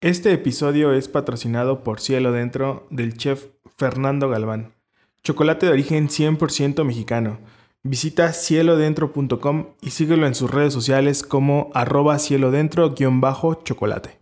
Este episodio es patrocinado por Cielo Dentro del chef Fernando Galván. Chocolate de origen 100% mexicano. Visita cielodentro.com y síguelo en sus redes sociales como @cielodentro_chocolate.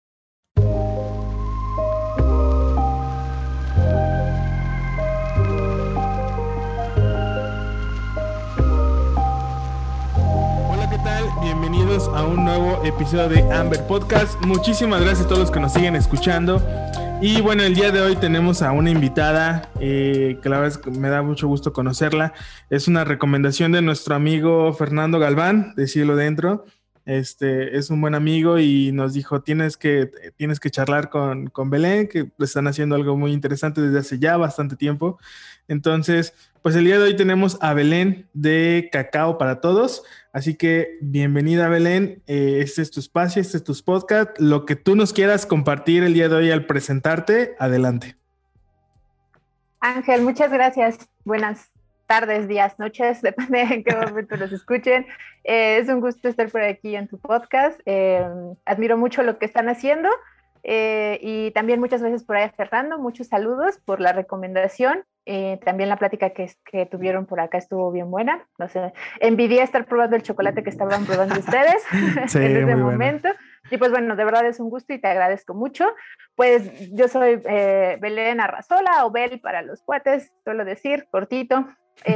Hola, ¿qué tal? Bienvenidos a un nuevo episodio de Amber Podcast. Muchísimas gracias a todos los que nos siguen escuchando. Y bueno, el día de hoy tenemos a una invitada que la verdad es que me da mucho gusto conocerla. Es una recomendación de nuestro amigo Fernando Galván de Cielo Dentro. Es un buen amigo y nos dijo, tienes que charlar con Belén, que están haciendo algo muy interesante desde hace ya bastante tiempo. Entonces, pues el día de hoy tenemos a Belén de Cacao para Todos. Así que bienvenida, Belén. Este es tu espacio, este es tu podcast. Lo que tú nos quieras compartir el día de hoy al presentarte, adelante. Ángel, muchas gracias. Buenas tardes, días, noches, depende de en qué momento nos escuchen. Es un gusto estar por aquí en tu podcast. Admiro mucho lo que están haciendo y también muchas gracias por ahí, Fernando. Muchos saludos por la recomendación. También la plática que tuvieron por acá estuvo bien buena. No sé, envidié estar probando el chocolate que estaban probando ustedes Sí, en ese momento. Buena. Y pues bueno, de verdad es un gusto y te agradezco mucho. Pues yo soy Belén Arrazola o Bel para los cuates, suelo decir, cortito.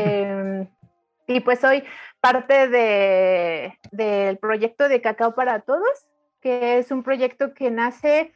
Y pues soy parte del proyecto de Cacao para Todos, que es un proyecto que nace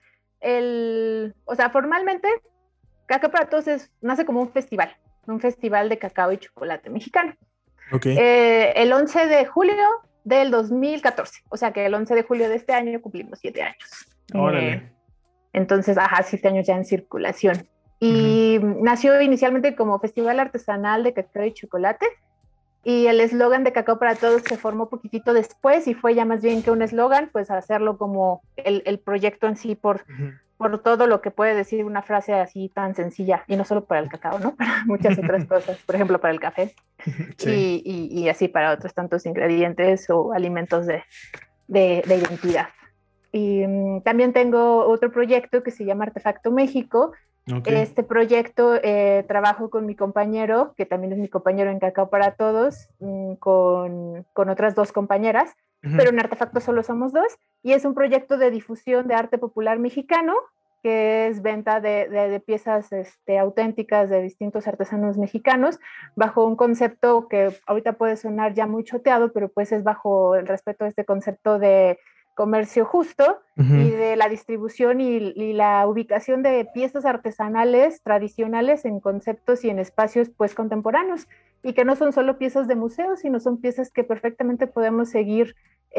formalmente Cacao para Todos nace como un festival de cacao y chocolate mexicano. Okay. El 11 de julio del 2014, o sea que el 11 de julio de este año cumplimos 7 años. Órale. Entonces, 7 años ya en circulación. Y nació inicialmente como Festival Artesanal de Cacao y Chocolate, y el eslogan de Cacao para Todos se formó poquitito después y fue ya más bien que un eslogan, pues hacerlo como el proyecto en sí por todo lo que puede decir una frase así tan sencilla, y no solo para el cacao, ¿no? Para muchas otras cosas, por ejemplo, para el café, sí. y así para otros tantos ingredientes o alimentos de identidad. Y también tengo otro proyecto que se llama Artefacto México. Okay. Este proyecto trabajo con mi compañero, que también es mi compañero en Cacao para Todos, con otras 2 compañeras, pero en Artefacto solo somos 2, y es un proyecto de difusión de arte popular mexicano, que es venta de piezas auténticas de distintos artesanos mexicanos, bajo un concepto que ahorita puede sonar ya muy choteado, pero pues es bajo el respeto a este concepto de comercio justo y de la distribución y la ubicación de piezas artesanales tradicionales en conceptos y en espacios pues contemporáneos, y que no son solo piezas de museo, sino son piezas que perfectamente podemos seguir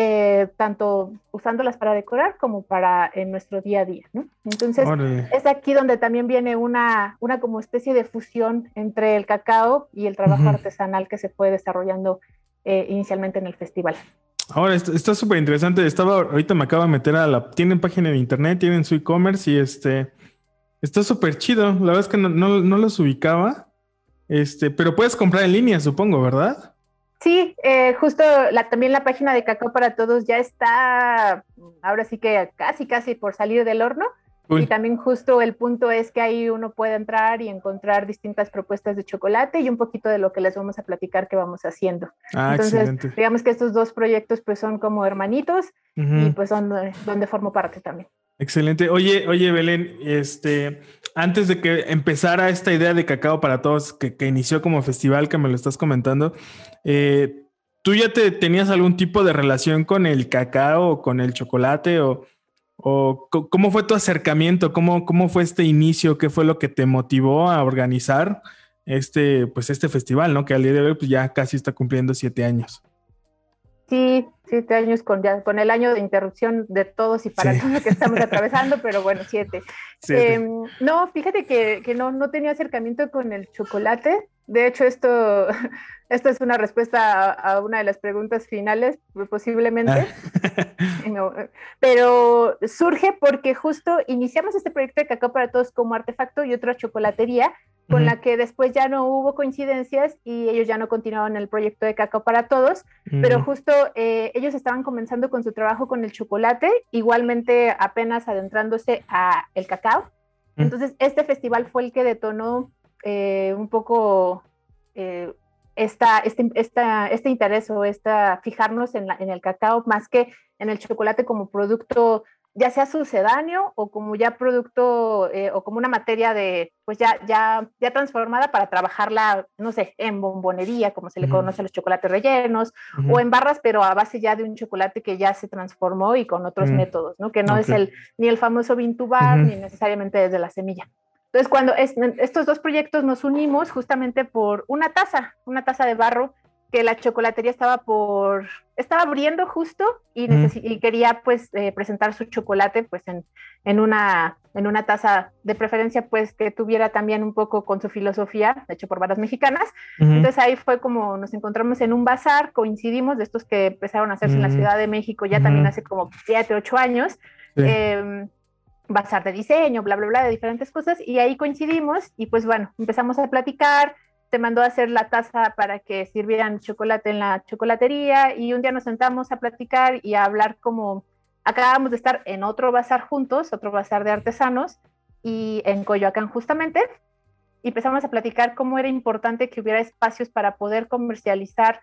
tanto usándolas para decorar como para en nuestro día a día, ¿no? Entonces, es aquí donde también viene una como especie de fusión entre el cacao y el trabajo artesanal que se fue desarrollando inicialmente en el festival. Ahora, está súper interesante. Ahorita me acabo de meter tienen página de internet, tienen su e-commerce y está súper chido. La verdad es que no los ubicaba. Pero puedes comprar en línea, supongo, ¿verdad? Sí, justo también la página de Cacao para Todos ya está, ahora sí que casi por salir del horno. Uy. Y también justo el punto es que ahí uno puede entrar y encontrar distintas propuestas de chocolate y un poquito de lo que les vamos a platicar que vamos haciendo. Entonces, excelente. Digamos que estos 2 proyectos pues son como hermanitos y pues son donde formo parte también. Excelente. Oye, Belén, antes de que empezara esta idea de Cacao para Todos, que inició como festival, que me lo estás comentando, ¿tú ya tenías algún tipo de relación con el cacao o con el chocolate o cómo fue tu acercamiento? ¿Cómo fue este inicio? ¿Qué fue lo que te motivó a organizar este festival, ¿no? Que al día de hoy pues ya casi está cumpliendo 7 años. Sí, 7 años con el año de interrupción de todos y para todo lo que estamos atravesando, pero bueno, 7. No, fíjate que no tenía acercamiento con el chocolate. De hecho, esto Esta es una respuesta a una de las preguntas finales, posiblemente. No, pero surge porque justo iniciamos este proyecto de Cacao para Todos como artefacto y otra chocolatería, con la que después ya no hubo coincidencias y ellos ya no continuaron el proyecto de Cacao para Todos, pero justo ellos estaban comenzando con su trabajo con el chocolate, igualmente apenas adentrándose a el cacao. Entonces este festival fue el que detonó un poco este interés o fijarnos en el cacao más que en el chocolate como producto, ya sea sucedáneo o como ya producto o como una materia de, pues ya transformada para trabajarla, no sé, en bombonería, como se le conoce a los chocolates rellenos, o en barras, pero a base ya de un chocolate que ya se transformó y con otros métodos, ¿no? Que no es ni el famoso bean to bar, ni necesariamente desde la semilla. Entonces, cuando estos dos proyectos nos unimos justamente por una taza de barro que la chocolatería estaba abriendo justo y quería pues presentar su chocolate pues en una taza de preferencia pues que tuviera también un poco con su filosofía, hecho por barras mexicanas. Entonces ahí fue como nos encontramos en un bazar, coincidimos de estos que empezaron a hacerse en la Ciudad de México ya también hace como 7, 8 años. Sí. Bazar de diseño, bla, bla, bla, de diferentes cosas, y ahí coincidimos, y pues bueno, empezamos a platicar, te mandó a hacer la taza para que sirvieran chocolate en la chocolatería, y un día nos sentamos a platicar y a hablar como, acabamos de estar en otro bazar juntos, otro bazar de artesanos, y en Coyoacán justamente, y empezamos a platicar cómo era importante que hubiera espacios para poder comercializar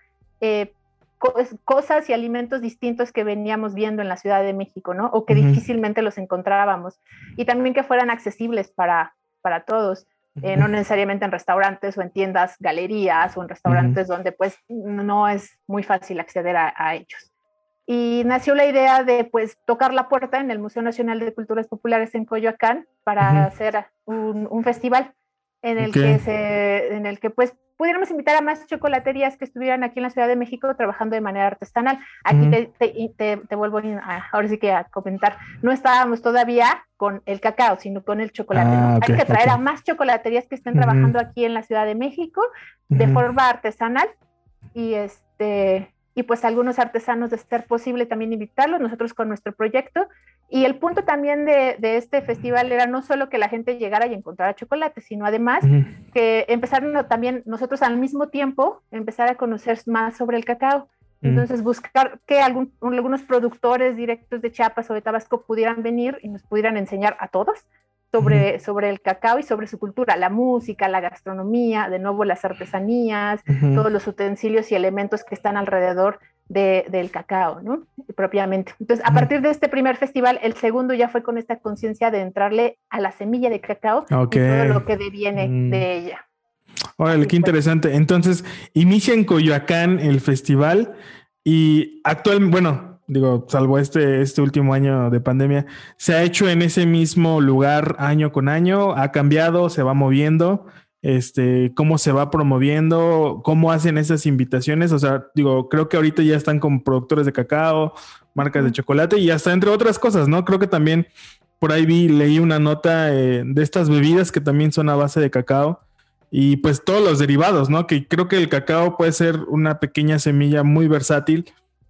cosas y alimentos distintos que veníamos viendo en la Ciudad de México, ¿no? O que difícilmente los encontrábamos. Y también que fueran accesibles para todos, no necesariamente en restaurantes o en tiendas, galerías o en restaurantes donde pues no es muy fácil acceder a ellos. Y nació la idea de pues tocar la puerta en el Museo Nacional de Culturas Populares en Coyoacán para hacer un festival en el que pues pudiéramos invitar a más chocolaterías que estuvieran aquí en la Ciudad de México trabajando de manera artesanal. Aquí te vuelvo ahora sí que a comentar, no estábamos todavía con el cacao, sino con el chocolate, ¿no? Hay que traer a más chocolaterías que estén trabajando aquí en la Ciudad de México de forma artesanal y pues algunos artesanos de ser posible también invitarlos, nosotros con nuestro proyecto. Y el punto también de este festival era no solo que la gente llegara y encontrara chocolate, sino además que empezaron también nosotros al mismo tiempo empezar a conocer más sobre el cacao. Entonces buscar que algunos productores directos de Chiapas o de Tabasco pudieran venir y nos pudieran enseñar a todos sobre el cacao y sobre su cultura, la música, la gastronomía, de nuevo las artesanías, todos los utensilios y elementos que están alrededor del cacao, ¿no? Propiamente. Entonces, a partir de este primer festival, el segundo ya fue con esta conciencia de entrarle a la semilla de cacao y todo lo que deviene de ella. Órale, qué interesante. Entonces, inicia en Coyoacán el festival y actualmente, bueno, digo, salvo este último año de pandemia, ¿se ha hecho en ese mismo lugar año con año? ¿Ha cambiado? ¿Se va moviendo? ¿Cómo se va promoviendo? ¿Cómo hacen esas invitaciones? O sea, digo, creo que ahorita ya están con productores de cacao, marcas de chocolate y hasta entre otras cosas, ¿no? Creo que también por ahí leí una nota de estas bebidas que también son a base de cacao y pues todos los derivados, ¿no? Que creo que el cacao puede ser una pequeña semilla muy versátil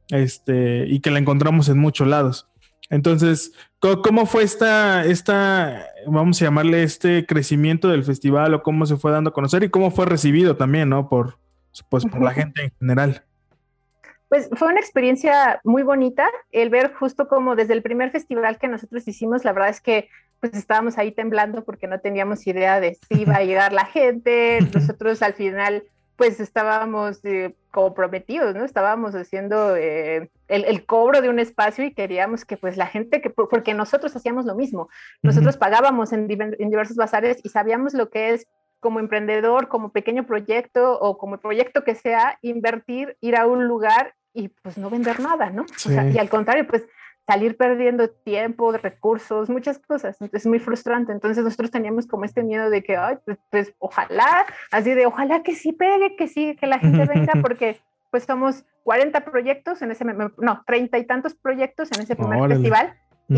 y que la encontramos en muchos lados. Entonces, ¿cómo fue esta, vamos a llamarle crecimiento del festival o cómo se fue dando a conocer y cómo fue recibido también, ¿no? Por la gente en general. Pues fue una experiencia muy bonita el ver justo como desde el primer festival que nosotros hicimos, la verdad es que pues estábamos ahí temblando porque no teníamos idea de si iba a llegar la gente, nosotros al final pues estábamos comprometidos, ¿no? Estábamos haciendo el cobro de un espacio y queríamos que pues la gente, porque nosotros hacíamos lo mismo, nosotros pagábamos en diversos bazares y sabíamos lo que es como emprendedor, como pequeño proyecto o como proyecto que sea, invertir, ir a un lugar y pues no vender nada, ¿no? Sí. O sea, y al contrario, pues salir perdiendo tiempo, recursos, muchas cosas. Es muy frustrante. Entonces nosotros teníamos como este miedo de que, ay, pues ojalá, así de ojalá que sí pegue, que la gente venga, porque pues somos 40 proyectos en 30 y tantos proyectos en ese primer festival.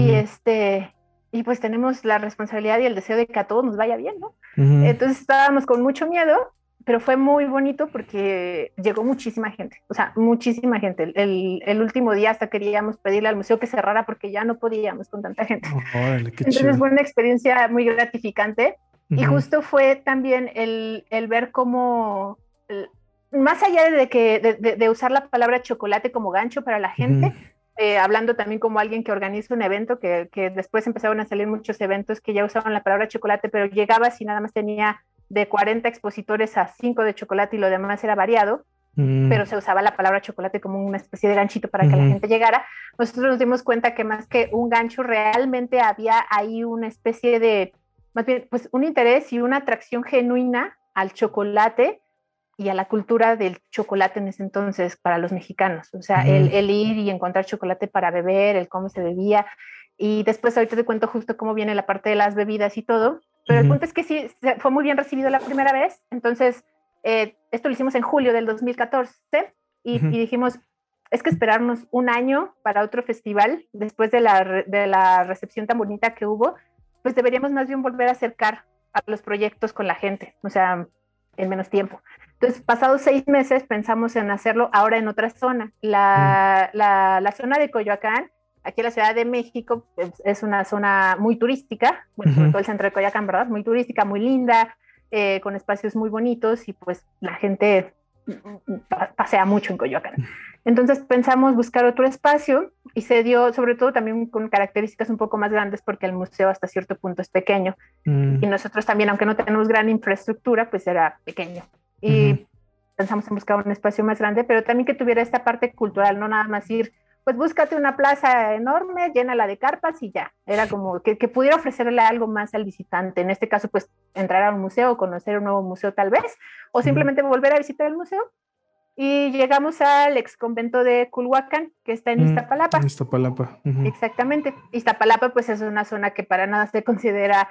Y pues tenemos la responsabilidad y el deseo de que a todos nos vaya bien, ¿no? Entonces estábamos con mucho miedo pero fue muy bonito porque llegó muchísima gente, o sea, muchísima gente. El último día hasta queríamos pedirle al museo que cerrara porque ya no podíamos con tanta gente. Órale, qué Entonces chido. fue una experiencia muy gratificante y Ujú, justo fue también el ver cómo, más allá de usar la palabra chocolate como gancho para la ujú, gente, hablando también como alguien que organiza un evento, que después empezaron a salir muchos eventos que ya usaban la palabra chocolate, pero llegabas y nada más tenía de 40 expositores a 5 de chocolate y lo demás era variado, mm, pero se usaba la palabra chocolate como una especie de ganchito para que la ujú, gente llegara. Nosotros nos dimos cuenta que más que un gancho, realmente había ahí una especie de, más bien, pues un interés y una atracción genuina al chocolate y a la cultura del chocolate en ese entonces para los mexicanos. O sea, ujú, el ir y encontrar chocolate para beber, el cómo se bebía. Y después ahorita te cuento justo cómo viene la parte de las bebidas y todo. Pero el ujú, punto es que sí, fue muy bien recibido la primera vez. Entonces, esto lo hicimos en julio del 2014 ujú. y dijimos, es que esperarnos un año para otro festival, después de la recepción tan bonita que hubo, pues deberíamos más bien volver a acercar a los proyectos con la gente, o sea, en menos tiempo. Entonces, pasados 6 meses, pensamos en hacerlo ahora en otra zona. La zona de Coyoacán, aquí en la Ciudad de México, es una zona muy turística, bueno, sobre Ujú, todo el centro de Coyoacán, ¿verdad? Muy turística, muy linda, con espacios muy bonitos y pues la gente pasea mucho en Coyoacán. Entonces pensamos buscar otro espacio y se dio, sobre todo también con características un poco más grandes porque el museo hasta cierto punto es pequeño mm, y nosotros también, aunque no tenemos gran infraestructura, pues era pequeño. ujú. Y pensamos en buscar un espacio más grande, pero también que tuviera esta parte cultural, no nada más ir, pues búscate una plaza enorme, llénala de carpas y ya. Era como que pudiera ofrecerle algo más al visitante. En este caso, pues entrar a un museo, conocer un nuevo museo tal vez, o Ujú. simplemente volver a visitar el museo. Y llegamos al ex convento de Culhuacán, que está en Iztapalapa. Iztapalapa. Ujú, Exactamente. Iztapalapa, pues es una zona que para nada se considera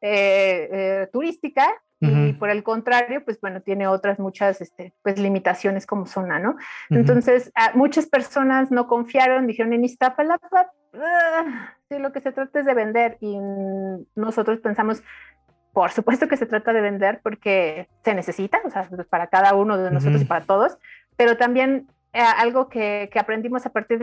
turística ujú, y por el contrario, pues bueno, tiene otras muchas pues, limitaciones como zona, ¿no? ujú, Entonces, muchas personas no confiaron, dijeron en Iztapalapa, sí, lo que se trata es de vender y nosotros pensamos, por supuesto que se trata de vender porque se necesita, o sea, pues, para cada uno de nosotros y ujú. para todos, pero también algo que aprendimos a partir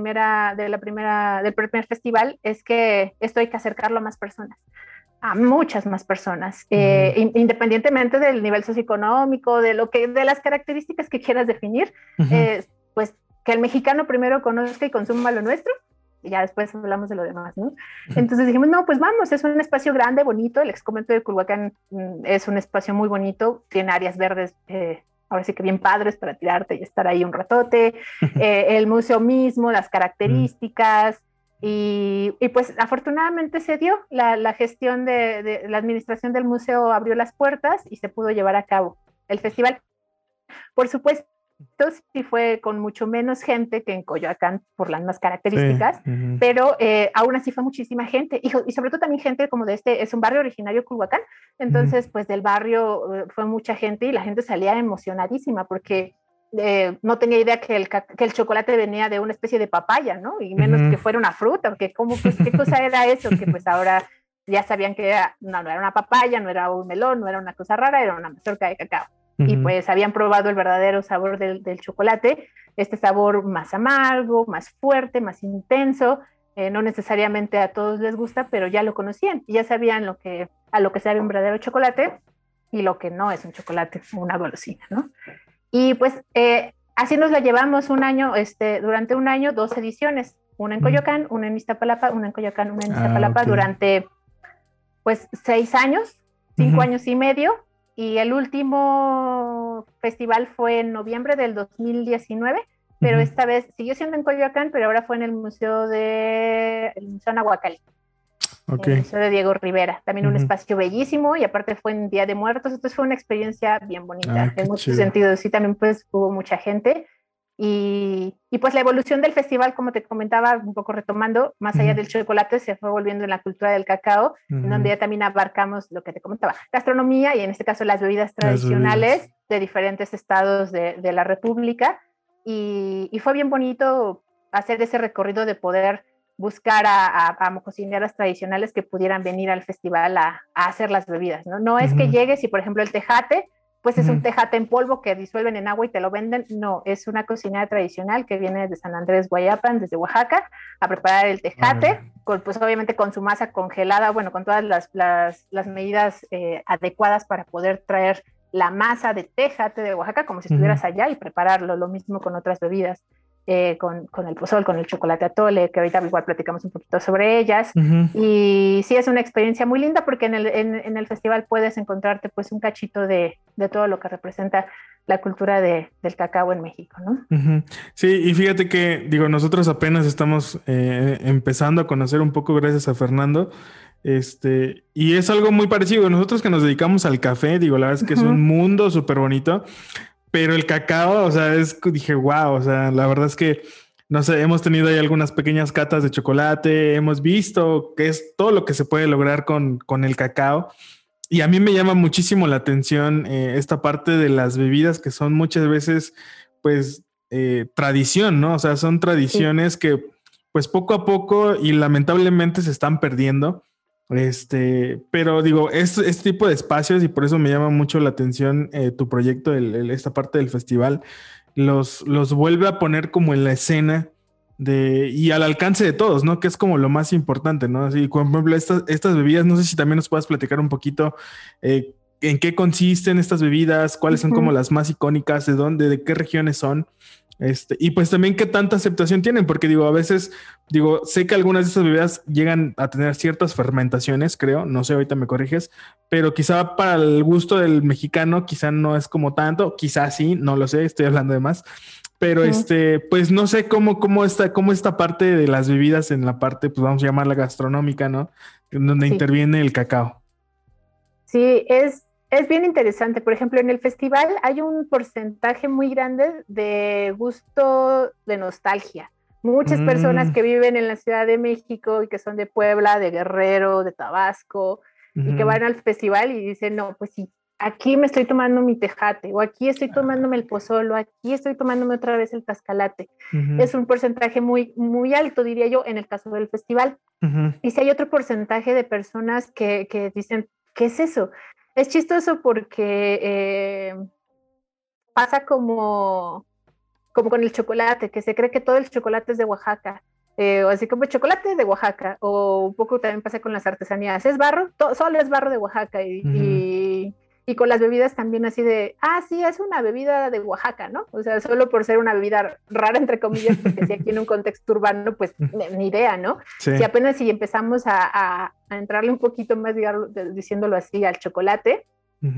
del primer festival es que esto hay que acercarlo a más personas, a muchas más personas, Ujú, independientemente del nivel socioeconómico, de las características que quieras definir, ujú, eh, pues que el mexicano primero conozca y consuma lo nuestro y ya después hablamos de lo demás, ¿no? ujú. Entonces dijimos, no, pues vamos, es un espacio grande, bonito, el ex convento de Culhuacán es un espacio muy bonito, tiene áreas verdes, ahora sí que bien padres para tirarte y estar ahí un ratote, el museo mismo, las Mm, características, y pues afortunadamente se dio, la gestión de la administración del museo abrió las puertas y se pudo llevar a cabo el festival. Por supuesto, sí fue con mucho menos gente que en Coyoacán por las mismas sí. características, Ujú, pero aún así fue muchísima gente y sobre todo también gente como de es un barrio originario Culhuacán, ujú, entonces pues del barrio fue mucha gente y la gente salía emocionadísima porque no tenía idea que el chocolate venía de una especie de papaya, ¿no? Y menos ujú. que fuera una fruta, porque cómo, pues, qué cosa era eso, que pues ahora ya sabían que era, no era una papaya, no era un melón, no era una cosa rara, era una mazorca de cacao y Ujú, pues habían probado el verdadero sabor del chocolate, este sabor más amargo, más fuerte, más intenso, no necesariamente a todos les gusta, pero ya lo conocían y ya sabían a lo que sabe un verdadero chocolate y lo que no es un chocolate, una golosina, ¿no? Y pues así nos la llevamos un año, durante un año, 2 ediciones, una en ujú. Coyoacán, una en Iztapalapa, una en Coyoacán, una en Ah, Iztapalapa, ok. durante pues 6 años, cinco Ujú, años y medio, y el último festival fue en noviembre del 2019, pero ujú. esta vez siguió siendo en Coyoacán, pero ahora fue en el Museo Nahuacalli, Ok. el Museo de Diego Rivera, también un Ujú. espacio bellísimo y aparte fue en Día de Muertos, entonces fue una experiencia bien Ah, bonita qué en muchos chido. sentidos, sí, también pues hubo mucha gente y pues la evolución del festival, como te comentaba, un poco retomando, más allá Ujú, del chocolate, se fue volviendo en la cultura del cacao, en donde ujú. ya también abarcamos lo que te comentaba, gastronomía y en este caso las bebidas Las bebidas. tradicionales de diferentes estados de la República y fue bien bonito hacer ese recorrido de poder buscar a cocineras tradicionales que pudieran venir al festival a hacer las bebidas, ¿no? No es que Ujú, llegues y, por ejemplo, el tejate, pues es un tejate en polvo que disuelven en agua y te lo venden. No, es una cocina tradicional que viene de San Andrés Guayapan, desde Oaxaca, a preparar el tejate, pues obviamente con su masa congelada, bueno, con todas las medidas adecuadas para poder traer la masa de tejate de Oaxaca como si estuvieras allá y prepararlo. Lo mismo con otras bebidas. Con el pozol, con el chocolate atole, que ahorita igual platicamos un poquito sobre ellas. Y sí es una experiencia muy linda porque en el festival puedes encontrarte pues un cachito de todo lo que representa la cultura del cacao en México, ¿no? Sí, y fíjate que, digo, nosotros apenas estamos empezando a conocer un poco gracias a Fernando. Y es algo muy parecido. Nosotros que nos dedicamos al café, digo, la verdad es que es un mundo súper bonito. Pero el cacao, o sea, dije, wow, o sea, la verdad es que, no sé, hemos tenido ahí algunas pequeñas catas de chocolate, hemos visto que es todo lo que se puede lograr con el cacao. Y a mí me llama muchísimo la atención esta parte de las bebidas que son muchas veces, pues, tradición, ¿no? O sea, son tradiciones que, pues, poco a poco y lamentablemente se están perdiendo. Pero digo, este tipo de espacios, y por eso me llama mucho la atención tu proyecto, esta parte del festival, los vuelve a poner como en la escena y al alcance de todos, ¿no? Que es como lo más importante, ¿no? Así, por ejemplo, estas bebidas, no sé si también nos puedas platicar un poquito en qué consisten estas bebidas, cuáles son como las más icónicas, de qué regiones son. Y pues también qué tanta aceptación tienen, porque digo, a veces, digo, sé que algunas de estas bebidas llegan a tener ciertas fermentaciones, creo, no sé, ahorita me corriges, pero quizá para el gusto del mexicano, quizá no es como tanto, quizá sí, no lo sé, estoy hablando de más, pero pues no sé cómo esta parte de las bebidas en la parte, pues vamos a llamarla gastronómica, ¿no? En donde interviene el cacao. Sí, es bien interesante. Por ejemplo, en el festival hay un porcentaje muy grande de gusto de nostalgia. Muchas personas que viven en la Ciudad de México y que son de Puebla, de Guerrero, de Tabasco, y que van al festival y dicen, no, pues sí, aquí me estoy tomando mi tejate, o aquí estoy tomándome el pozol, o aquí estoy tomándome otra vez el tascalate. Es un porcentaje muy, muy alto, diría yo, en el caso del festival. Y si hay otro porcentaje de personas que dicen, ¿qué es eso? Es chistoso porque pasa como con el chocolate, que se cree que todo el chocolate es de Oaxaca, o así como chocolate de Oaxaca, o un poco también pasa con las artesanías, es barro, solo es barro de Oaxaca, y con las bebidas también así de, sí, es una bebida de Oaxaca, ¿no? O sea, solo por ser una bebida rara, entre comillas, porque si aquí en un contexto urbano, pues ni idea, ¿no? Sí. Si apenas si empezamos a entrarle un poquito más, digamos, diciéndolo así, al chocolate,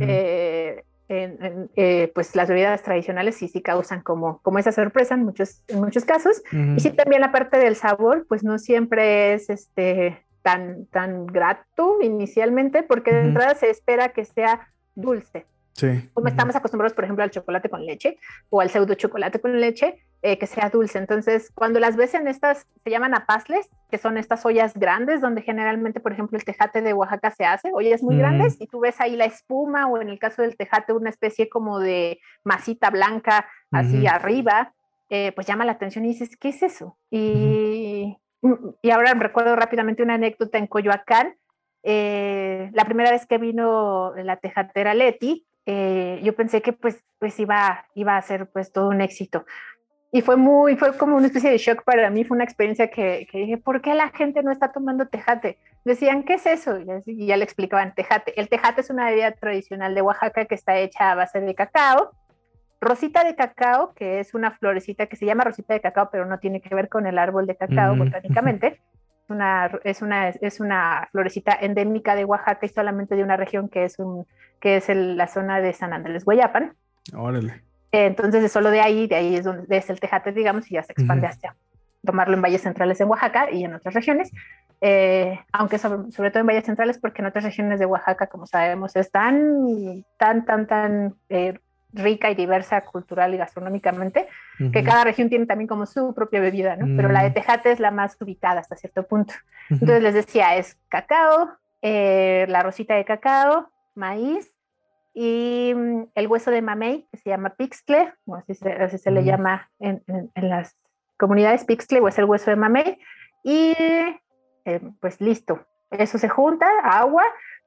pues las bebidas tradicionales sí causan como esa sorpresa en muchos casos. Y sí, también la parte del sabor, pues no siempre es tan grato inicialmente, porque de entrada se espera que sea dulce. Sí. Como estamos acostumbrados, por ejemplo, al chocolate con leche o al pseudo chocolate con leche, que sea dulce. Entonces, cuando las ves en estas, se llaman apasles, que son estas ollas grandes donde generalmente, por ejemplo, el tejate de Oaxaca se hace, ollas muy grandes, y tú ves ahí la espuma, o en el caso del tejate, una especie como de masita blanca así arriba, pues llama la atención y dices, ¿qué es eso? Y ahora recuerdo rápidamente una anécdota en Coyoacán. La primera vez que vino la tejatera Leti, yo pensé que pues iba a ser pues todo un éxito. Y fue como una especie de shock para mí, fue una experiencia que dije, ¿por qué la gente no está tomando tejate? Decían, ¿qué es eso? Y ya le explicaban tejate. El tejate es una bebida tradicional de Oaxaca que está hecha a base de cacao, rosita de cacao, que es una florecita que se llama rosita de cacao, pero no tiene que ver con el árbol de cacao botánicamente. Es una florecita endémica de Oaxaca y solamente de una región que es la zona de San Andrés Guayapan. Órale. Entonces es solo de ahí es donde es el tejate, digamos, y ya se expande hasta tomarlo en valles centrales en Oaxaca y en otras regiones, aunque sobre todo en valles centrales, porque en otras regiones de Oaxaca, como sabemos, es tan rica y diversa cultural y gastronómicamente, que cada región tiene también como su propia bebida, ¿no? Pero la de tejate es la más ubicada hasta cierto punto. Entonces les decía, es cacao, la rosita de cacao, maíz, y el hueso de mamey, que se llama pixtle, o así se le llama en las comunidades, pixtle, o es el hueso de mamey, y pues listo. Eso se junta, agua,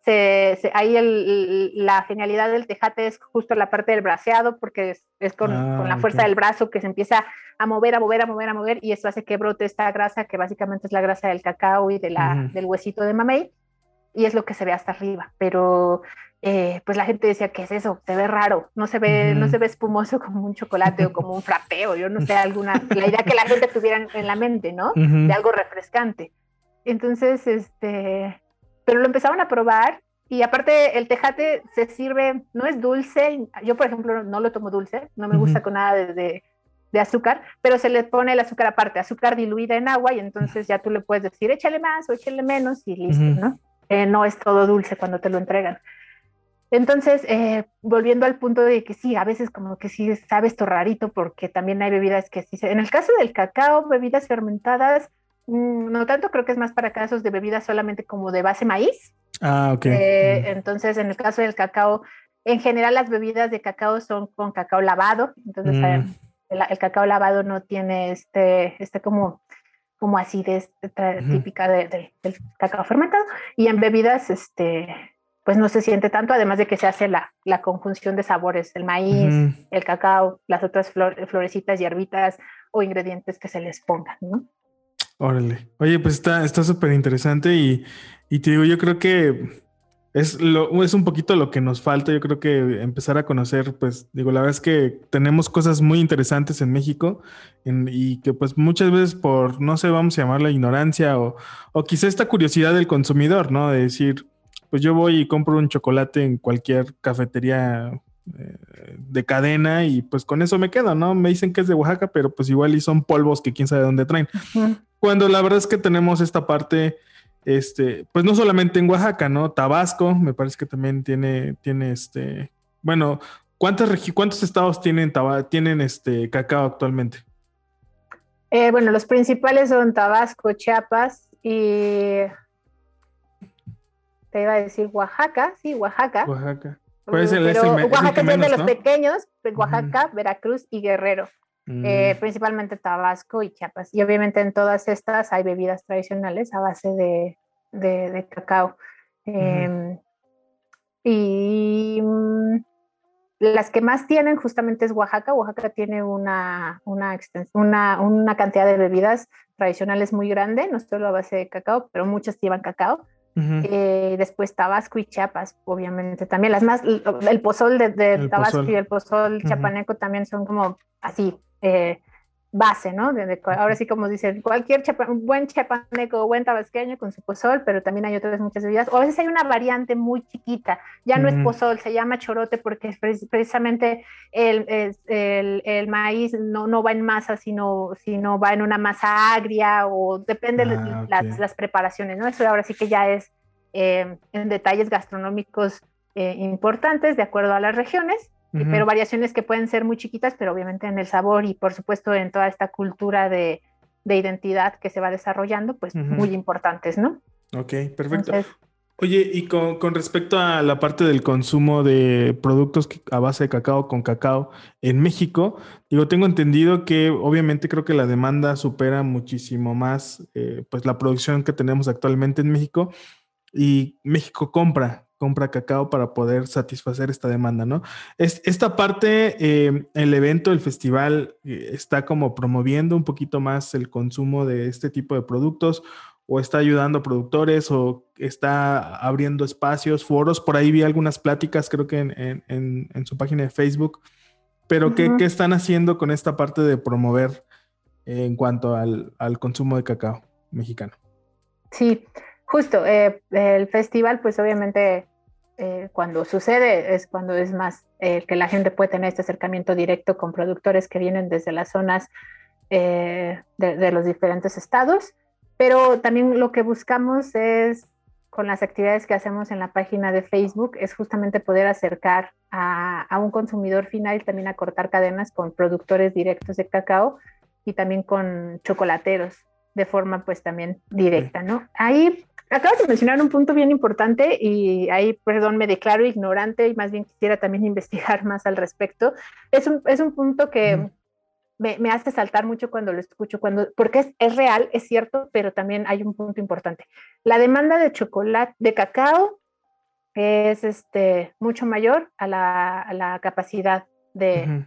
ahí la genialidad del tejate es justo la parte del braseado, porque es con la fuerza del brazo que se empieza a mover, y eso hace que brote esta grasa, que básicamente es la grasa del cacao y del huesito de mamey, y es lo que se ve hasta arriba, pero pues la gente decía, ¿qué es eso? Se ve raro, no se ve espumoso como un chocolate o como un frappé, o yo no sé, la idea que la gente tuviera en la mente, ¿no? De algo refrescante. Entonces, pero lo empezaron a probar, y aparte el tejate se sirve, no es dulce, yo por ejemplo no lo tomo dulce, no me gusta con nada de azúcar, pero se le pone el azúcar aparte, azúcar diluida en agua, y entonces ya tú le puedes decir, échale más o échale menos, y listo, ¿no? No es todo dulce cuando te lo entregan. Entonces, volviendo al punto de que sí, a veces como que sí sabe esto rarito, porque también hay bebidas que sí, en el caso del cacao, bebidas fermentadas, no tanto, creo que es más para casos de bebidas solamente como de base maíz. Ok. Entonces, en el caso del cacao, en general las bebidas de cacao son con cacao lavado, entonces el cacao lavado no tiene como acidez típica del cacao fermentado, y en bebidas, pues no se siente tanto, además de que se hace la conjunción de sabores, el maíz, el cacao, las otras florecitas, hierbitas o ingredientes que se les pongan, ¿no? Órale. Oye, pues está súper interesante y te digo, yo creo que es un poquito lo que nos falta. Yo creo que empezar a conocer, pues digo, la verdad es que tenemos cosas muy interesantes en México y que pues muchas veces por, no sé, vamos a llamarla ignorancia o quizá esta curiosidad del consumidor, ¿no? De decir, pues yo voy y compro un chocolate en cualquier cafetería de cadena y pues con eso me quedo, ¿no? Me dicen que es de Oaxaca, pero pues igual y son polvos que quién sabe dónde traen. Cuando la verdad es que tenemos esta parte, pues no solamente en Oaxaca, ¿no? Tabasco, me parece que también tiene bueno, ¿cuántos estados tienen cacao actualmente? Bueno, los principales son Tabasco, Chiapas y te iba a decir Oaxaca, sí, Oaxaca. Pues pero Oaxaca es de los ¿no? pequeños, Oaxaca, Veracruz y Guerrero. Principalmente Tabasco y Chiapas. Y obviamente en todas estas hay bebidas tradicionales a base de cacao. Y las que más tienen justamente es Oaxaca. Oaxaca tiene una cantidad de bebidas tradicionales muy grande, no solo a base de cacao, pero muchas llevan cacao. Después Tabasco y Chiapas, obviamente también. El pozol de Tabasco y el pozol chiapaneco también son como así, base, ¿no? Ahora sí, como dicen, cualquier buen chiapaneco o buen tabasqueño con su pozol, pero también hay otras muchas bebidas. O a veces hay una variante muy chiquita, ya no es pozol, se llama chorote, porque es precisamente el maíz no va en masa, sino va en una masa agria, o depende de las preparaciones, ¿no? Eso ahora sí que ya es en detalles gastronómicos importantes de acuerdo a las regiones. Pero variaciones que pueden ser muy chiquitas, pero obviamente en el sabor y por supuesto en toda esta cultura de identidad que se va desarrollando, pues muy importantes, ¿no? Ok, perfecto. Entonces, oye, y con respecto a la parte del consumo de productos a base de cacao con cacao en México, digo, tengo entendido que obviamente creo que la demanda supera muchísimo más pues la producción que tenemos actualmente en México, y México compra cacao para poder satisfacer esta demanda, ¿no? Esta parte, el evento, el festival, está como promoviendo un poquito más el consumo de este tipo de productos, o está ayudando a productores, o está abriendo espacios, foros. Por ahí vi algunas pláticas, creo que en su página de Facebook, pero ¿qué están haciendo con esta parte de promover en cuanto al consumo de cacao mexicano? Sí, justo, el festival, pues obviamente cuando sucede es cuando es más que la gente puede tener este acercamiento directo con productores que vienen desde las zonas de los diferentes estados, pero también lo que buscamos es, con las actividades que hacemos en la página de Facebook, es justamente poder acercar a un consumidor final y también acortar cadenas con productores directos de cacao y también con chocolateros de forma pues también directa, ¿no? Ahí acabas de mencionar un punto bien importante, y ahí, perdón, me declaro ignorante y más bien quisiera también investigar más al respecto. Es un punto que me hace saltar mucho cuando lo escucho, porque es real, es cierto, pero también hay un punto importante. La demanda de chocolate, de cacao, es mucho mayor a la capacidad Ujú,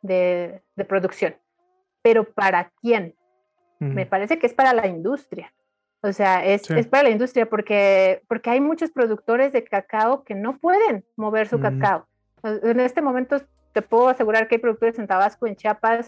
de producción. Pero ¿para quién? Me ujú. parece que es para la industria. O sea, Sí. es para la industria porque hay muchos productores de cacao que no pueden mover su Ujú, cacao. En este momento te puedo asegurar que hay productores en Tabasco, en Chiapas,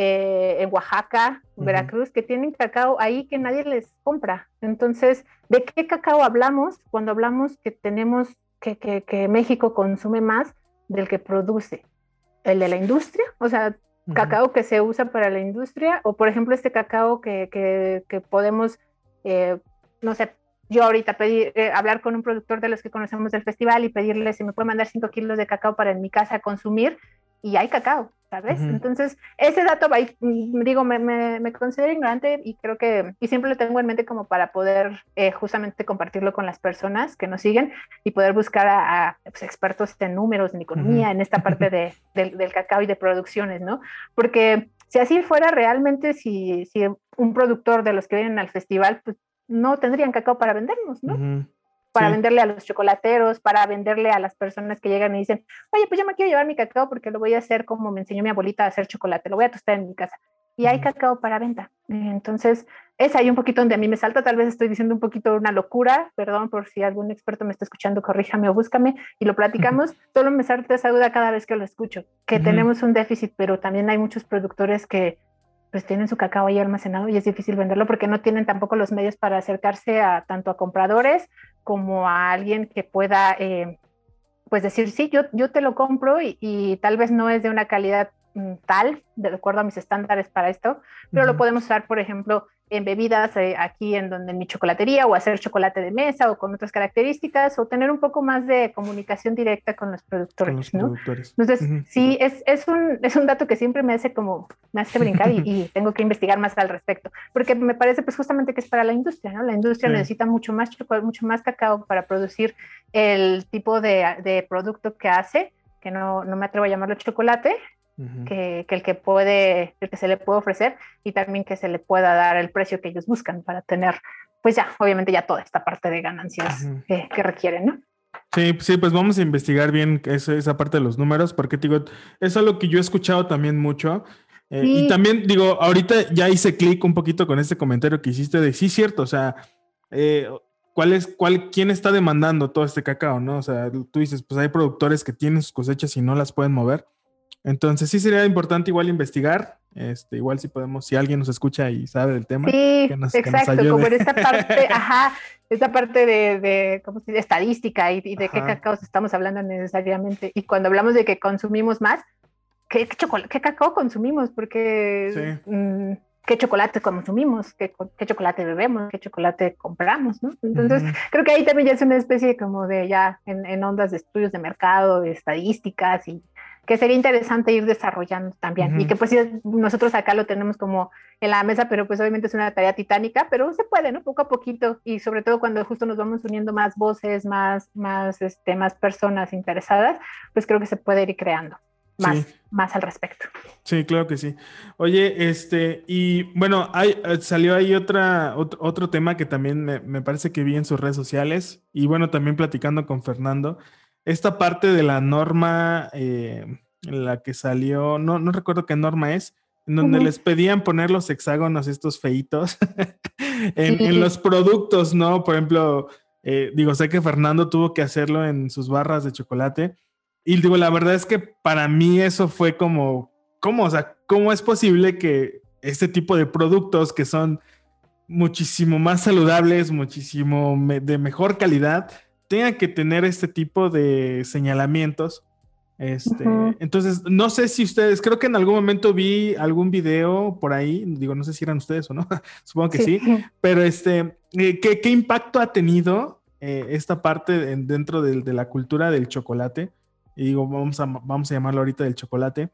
en Oaxaca, en ujú, Veracruz, que tienen cacao ahí que nadie les compra. Entonces, ¿de qué cacao hablamos cuando hablamos que tenemos que México consume más del que produce? ¿El de la industria? O sea, ujú, cacao que se usa para la industria, o por ejemplo este cacao que podemos, eh, no sé, yo ahorita pedir, hablar con un productor de los que conocemos del festival y pedirle si me puede mandar 5 kilos de cacao para en mi casa consumir, y hay cacao, ¿sabes? ujú, Entonces, ese dato, digo, me considero ignorante y creo que, y siempre lo tengo en mente como para poder justamente compartirlo con las personas que nos siguen y poder buscar a pues, expertos en números, en ujú. economía, en esta parte del cacao y de producciones, ¿no? Porque si así fuera realmente, si un productor de los que vienen al festival, pues no tendrían cacao para vendernos, ¿no? Ujú. Para Sí. venderle a los chocolateros, para venderle a las personas que llegan y dicen, oye, pues yo me quiero llevar mi cacao porque lo voy a hacer como me enseñó mi abuelita a hacer chocolate, lo voy a tostar en mi casa. Y hay Ujú. cacao para venta. Entonces, es ahí un poquito donde a mí me salta, tal vez estoy diciendo un poquito una locura, perdón por si algún experto me está escuchando, corríjame o búscame y lo platicamos, solo me salta esa duda cada vez que lo escucho, que Ujú. tenemos un déficit, pero también hay muchos productores que pues tienen su cacao ahí almacenado y es difícil venderlo porque no tienen tampoco los medios para acercarse a tanto a compradores como a alguien que pueda pues decir, sí, yo te lo compro y tal vez no es de una calidad tal, de acuerdo a mis estándares para esto, pero lo Ujú. podemos usar, por ejemplo, en bebidas aquí en mi chocolatería o hacer chocolate de mesa o con otras características o tener un poco más de comunicación directa con los Con productores, los ¿no? productores. Entonces, Ujú. sí, es un dato que siempre me hace brincar y tengo que investigar más al respecto, porque me parece pues justamente que es para la industria, ¿no? La industria Sí. necesita mucho más cacao para producir el tipo de producto que hace, que no me atrevo a llamarlo chocolate, Ujú. el que se le puede ofrecer y también que se le pueda dar el precio que ellos buscan para tener, pues ya, obviamente ya toda esta parte de ganancias Ujú. que requieren, ¿no? Sí, sí, pues vamos a investigar bien esa parte de los números, porque te digo, es algo que yo he escuchado también mucho. Y Sí, también digo, ahorita ya hice clic un poquito con este comentario que hiciste de sí, cierto, o sea, eh, quién está demandando todo este cacao, ¿no? O sea, tú dices, pues hay productores que tienen sus cosechas y no las pueden mover. Entonces sí sería importante igual investigar, igual si podemos, si alguien nos escucha y sabe del tema, sí, que nos exacto, ayude. como en esta parte, ajá, esta parte ¿cómo se dice? Estadística y de qué Ajá, cacaos estamos hablando necesariamente. Y cuando hablamos de que consumimos más, ¿qué cacao consumimos? sí. Porque qué chocolate consumimos, qué chocolate bebemos, qué chocolate compramos, ¿no? Entonces, Ujú, creo que ahí también ya es una especie como de ya en ondas de estudios de mercado, de estadísticas y que sería interesante ir desarrollando también. Y ujú. que pues sí, nosotros acá lo tenemos como en la mesa, pero pues obviamente es una tarea titánica, pero se puede, ¿no? Poco a poquito y sobre todo cuando justo nos vamos uniendo más voces, más personas interesadas, pues creo que se puede ir creando Sí, más al respecto. sí, claro que sí. Oye, y bueno, salió ahí otro tema que también me parece que vi en sus redes sociales y bueno, también platicando con Fernando, esta parte de la norma en la que salió, no recuerdo qué norma es, en Uh donde -huh. les pedían poner los hexágonos estos feitos en Sí, los productos, ¿no? Por ejemplo, digo, sé que Fernando tuvo que hacerlo en sus barras de chocolate. Y digo, la verdad es que para mí eso fue como, ¿cómo? O sea, ¿cómo es posible que este tipo de productos que son muchísimo más saludables, muchísimo de mejor calidad, tengan que tener este tipo de señalamientos? uh -huh. Entonces, no sé si ustedes, creo que en algún momento vi algún video por ahí, digo, no sé si eran ustedes o no, supongo que Sí. sí, pero ¿qué impacto ha tenido esta parte dentro de la cultura del chocolate? Y digo, vamos a llamarlo ahorita del chocolate.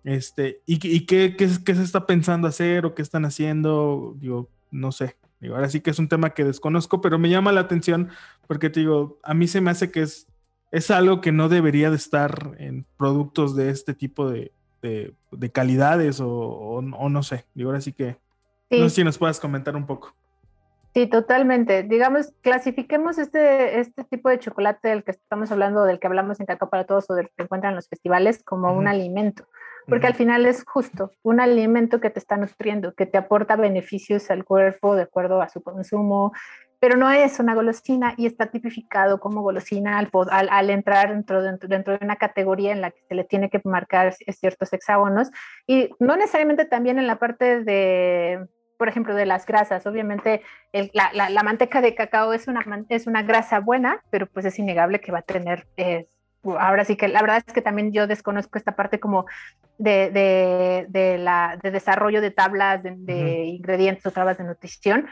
¿Y qué se está pensando hacer o qué están haciendo? Digo, no sé. Digo, ahora sí que es un tema que desconozco, pero me llama la atención porque te digo, a mí se me hace que es algo que no debería de estar en productos de este tipo de calidades o no sé. Digo, ahora sí que no sé Sí, si nos puedas comentar un poco. sí, totalmente. Digamos, clasifiquemos este tipo de chocolate del que estamos hablando, del que hablamos en Cacao para Todos o del que se encuentra en los festivales, como un Ujú, alimento, porque ujú, al final es justo un alimento que te está nutriendo, que te aporta beneficios al cuerpo de acuerdo a su consumo, pero no es una golosina y está tipificado como golosina al entrar dentro de una categoría en la que se le tiene que marcar ciertos hexágonos y no necesariamente también en la parte de, por ejemplo, de las grasas. Obviamente la manteca de cacao es una grasa buena, pero pues es innegable que va a tener, ahora sí que la verdad es que también yo desconozco esta parte como de desarrollo de tablas ujú, de ingredientes o tablas de nutrición,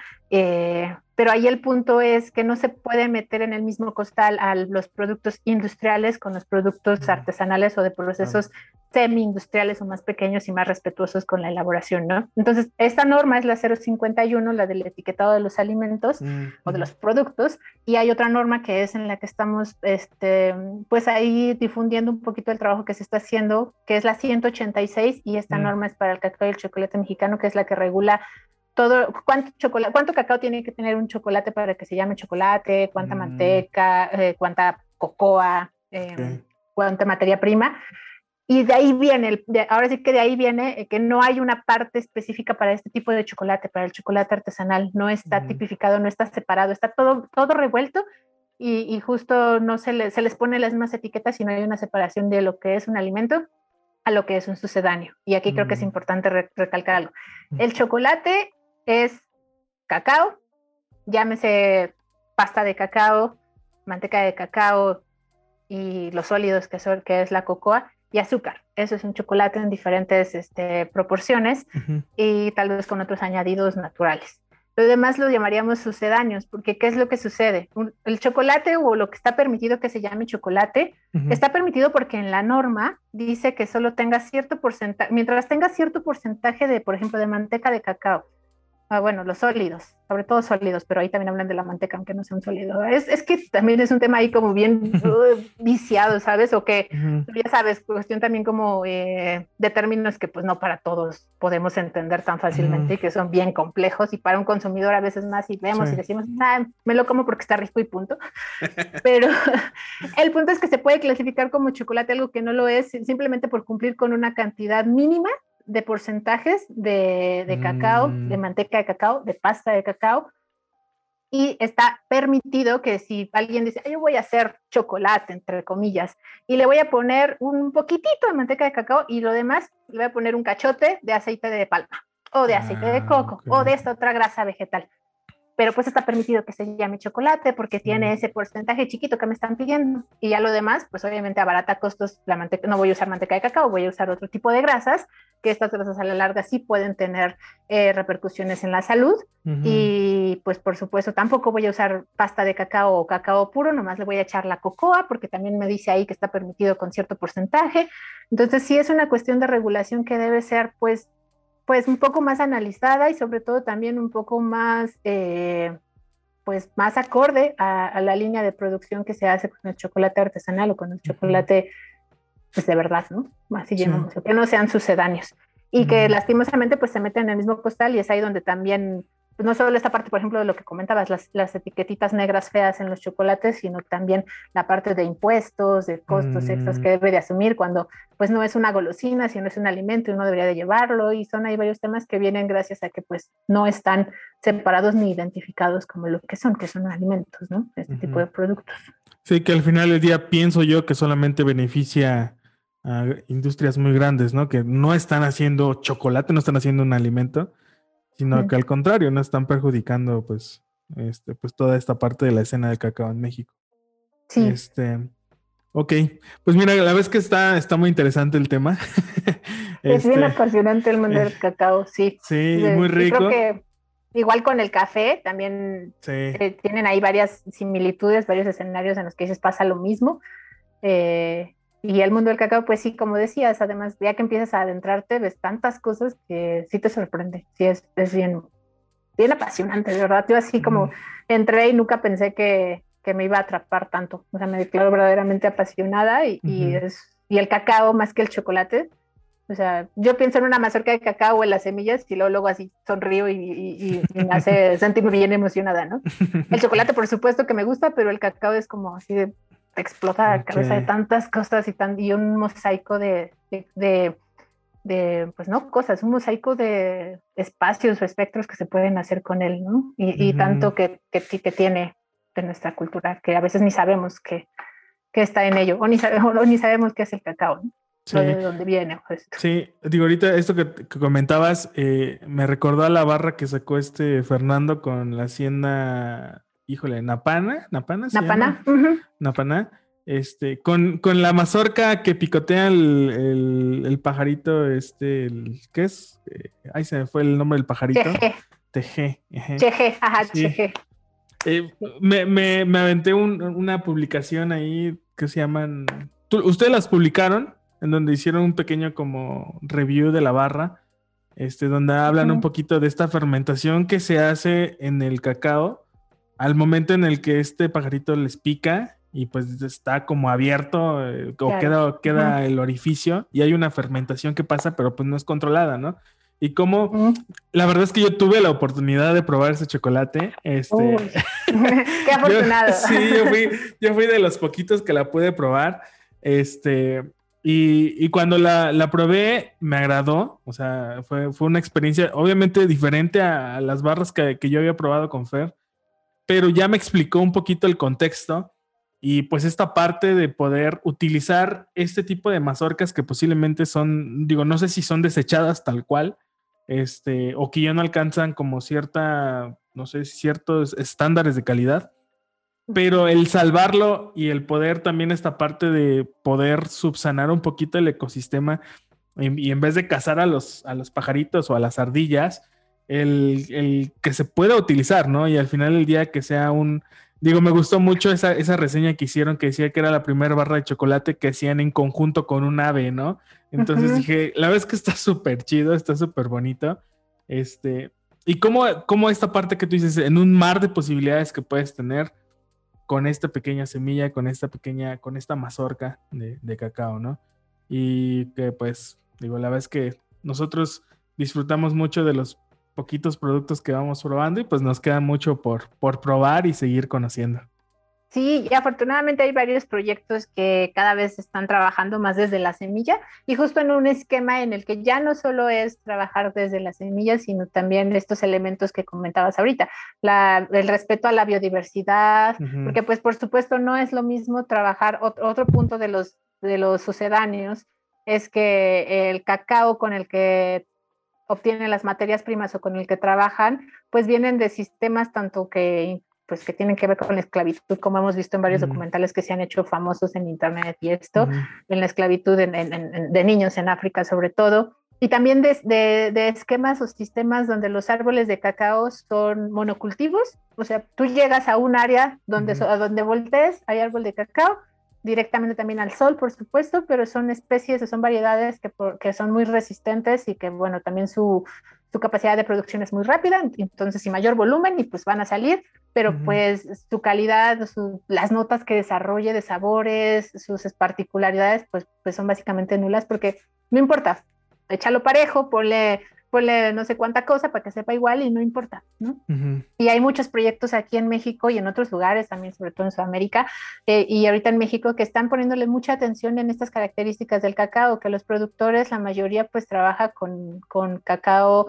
pero ahí el punto es que no se puede meter en el mismo costal a los productos industriales con los productos ujú, artesanales o de claro. procesos semi-industriales o más pequeños y más respetuosos con la elaboración, ¿no? Entonces, esta norma es la 051, la del etiquetado de los alimentos o de Ujú, los productos, y hay otra norma que es en la que estamos, pues ahí difundiendo un poquito el trabajo que se está haciendo, que es la 186, y esta ujú, norma es para el cacao y el chocolate mexicano, que es la que regula todo, cuánto cacao tiene que tener un chocolate para que se llame chocolate, cuánta mm, manteca, cuánta cocoa, ok, cuánta materia prima, y de ahí viene, ahora sí que de ahí viene que no hay una parte específica para este tipo de chocolate, para el chocolate artesanal, no está ujú, tipificado, no está separado, está todo revuelto y justo no se les pone las mismas etiquetas y no hay una separación de lo que es un alimento a lo que es un sucedáneo. Y aquí creo que es mm, importante recalcar algo. El chocolate es cacao, llámese pasta de cacao, manteca de cacao, y los sólidos que es la cocoa y azúcar. Eso es un chocolate en diferentes proporciones ujú, y tal vez con otros añadidos naturales. Lo demás lo llamaríamos sucedáneos, porque ¿qué es lo que sucede? El chocolate o lo que está permitido que se llame chocolate, ujú, está permitido porque en la norma dice que solo tenga cierto porcentaje, mientras tenga cierto porcentaje de, por ejemplo, de manteca de cacao, bueno, los sólidos, sobre todo sólidos, pero ahí también hablan de la manteca, aunque no sea un sólido. Es que también es un tema ahí como bien viciado, ¿sabes? O que, ujú, ya sabes, cuestión también como de términos que pues no para todos podemos entender tan ujú, fácilmente y que son bien complejos y para un consumidor a veces más y sí. vemos y decimos, nah, me lo como porque está rico y punto. Pero el punto es que se puede clasificar como chocolate algo que no lo es simplemente por cumplir con una cantidad mínima de porcentajes de cacao, de Mm, manteca de cacao, de pasta de cacao, y está permitido que si alguien dice, yo voy a hacer chocolate, entre comillas, y le voy a poner un poquitito de manteca de cacao y lo demás le voy a poner un cachote de aceite de palma, o de aceite de coco, ok. o de esta otra grasa vegetal, pero pues está permitido que se llame chocolate porque Mm, tiene ese porcentaje chiquito que me están pidiendo. Y ya lo demás, pues obviamente abarata costos, la manteca, no voy a usar manteca de cacao, voy a usar otro tipo de grasas, que estas grasas a la larga sí pueden tener repercusiones en la salud. ujú, Y pues por supuesto tampoco voy a usar pasta de cacao o cacao puro, nomás le voy a echar la cocoa porque también me dice ahí que está permitido con cierto porcentaje. Entonces sí es una cuestión de regulación que debe ser pues un poco más analizada y sobre todo también un poco más, pues más acorde a la línea de producción que se hace con el chocolate artesanal o con el ujú, chocolate, pues de verdad, ¿no? Así sí. llamémoslo, que no sean sucedáneos y que Ujú, lastimosamente pues se meten en el mismo costal y es ahí donde también, pues no solo esta parte, por ejemplo, de lo que comentabas, las etiquetitas negras feas en los chocolates, sino también la parte de impuestos, de costos extras mm, que debe de asumir cuando pues no es una golosina, sino es un alimento y uno debería de llevarlo y son ahí varios temas que vienen gracias a que pues no están separados ni identificados como lo que son alimentos, ¿no? Este tipo ujú. de productos. Sí, que al final del día pienso yo que solamente beneficia a industrias muy grandes, ¿no? Que no están haciendo chocolate, no están haciendo un alimento, sino que al contrario, no están perjudicando, pues, pues toda esta parte de la escena del cacao en México. Sí, Ok, pues mira, la vez que está muy interesante el tema. es bien Este, apasionante el mundo eh, del cacao, sí. sí, muy Y creo rico. que igual con el café también Sí. tienen ahí varias similitudes, varios escenarios en los que dices pasa lo mismo. Y el mundo del cacao, pues sí, como decías, además, ya que empiezas a adentrarte, ves tantas cosas que sí te sorprende. Sí, es bien apasionante, de verdad. Yo así como Ujú, entré y nunca pensé que me iba a atrapar tanto. O sea, me declaro verdaderamente apasionada ujú, y el cacao más que el chocolate O sea, yo pienso en una mazorca de cacao o en las semillas y luego así sonrío y me hace sentirme bien emocionada, ¿no? El chocolate, por supuesto que me gusta, pero el cacao es como así de explota la cabeza de Okay. tantas cosas y un mosaico pues no, cosas, un mosaico de espacios o espectros que se pueden hacer con él, ¿no? Y Ujú. tanto que tiene de nuestra cultura, que a veces ni sabemos que está en ello, o ni sabemos qué es el cacao, ¿no? Lo Sí, de dónde viene, pues. sí, digo, ahorita esto que comentabas me recordó a la barra que sacó este Fernando con la hacienda, híjole, Napana se llama, Napana, uh-huh. Napaná, con la mazorca que picotea el pajarito, ¿qué es? Ahí se me fue el nombre del pajarito. Cheje, Teje, ejé. cheje, ajá, Sí. cheje. Eh, me aventé una publicación ahí que se llaman. ¿Ustedes las publicaron? En donde hicieron un pequeño como review de la barra, donde hablan un Uh-huh. poquito de esta fermentación que se hace en el cacao al momento en el que este pajarito les pica y pues está como abierto o Claro. queda Uh-huh. el orificio y hay una fermentación que pasa, pero pues no es controlada, ¿no? Y como Uh-huh. la verdad es que yo tuve la oportunidad de probar ese chocolate. Uy, qué Yo, afortunado. sí, yo fui de los poquitos que la pude probar. Y cuando la probé, me agradó. O sea, fue una experiencia obviamente diferente a las barras que yo había probado con Fer, pero ya me explicó un poquito el contexto y pues esta parte de poder utilizar este tipo de mazorcas que posiblemente son, digo, no sé si son desechadas tal cual, o que ya no alcanzan como cierta, no sé, ciertos estándares de calidad, pero el salvarlo y el poder también esta parte de poder subsanar un poquito el ecosistema y en vez de cazar a los pajaritos o a las ardillas, el que se pueda utilizar, ¿no? Y al final del día que sea un... Digo, me gustó mucho esa reseña que hicieron que decía que era la primera barra de chocolate que hacían en conjunto con un ave, ¿no? Entonces Uh-huh. dije, la verdad es que está súper chido, está súper bonito. Y cómo esta parte que tú dices, en un mar de posibilidades que puedes tener con esta pequeña semilla, con esta mazorca de cacao, ¿no? Y que pues, digo, la verdad es que nosotros disfrutamos mucho de los poquitos productos que vamos probando y pues nos queda mucho por probar y seguir conociendo. Sí, y afortunadamente hay varios proyectos que cada vez están trabajando más desde la semilla y justo en un esquema en el que ya no solo es trabajar desde la semilla, sino también estos elementos que comentabas ahorita, el respeto a la biodiversidad, Ujú. porque pues por supuesto no es lo mismo trabajar, otro punto de los sucedáneos es que el cacao con el que obtienen las materias primas o con el que trabajan, pues vienen de sistemas tanto que tienen que ver con la esclavitud, como hemos visto en varios Ujú. documentales que se han hecho famosos en internet y esto, Ujú. en la esclavitud de niños en África sobre todo, y también de esquemas o sistemas donde los árboles de cacao son monocultivos, o sea, tú llegas a un área Ujú. a donde voltees, hay árbol de cacao, directamente también al sol, por supuesto, pero son especies, son variedades que son muy resistentes y que, bueno, también su capacidad de producción es muy rápida, entonces y mayor volumen y pues van a salir, pero Ujú. pues su calidad, las notas que desarrolle de sabores, sus particularidades, pues son básicamente nulas porque no importa, échalo parejo, ponle no sé cuánta cosa para que sepa igual y no importa, ¿no? Ujú. Y hay muchos proyectos aquí en México y en otros lugares también, sobre todo en Sudamérica, y ahorita en México, que están poniéndole mucha atención en estas características del cacao, que los productores, la mayoría, pues trabaja con cacao.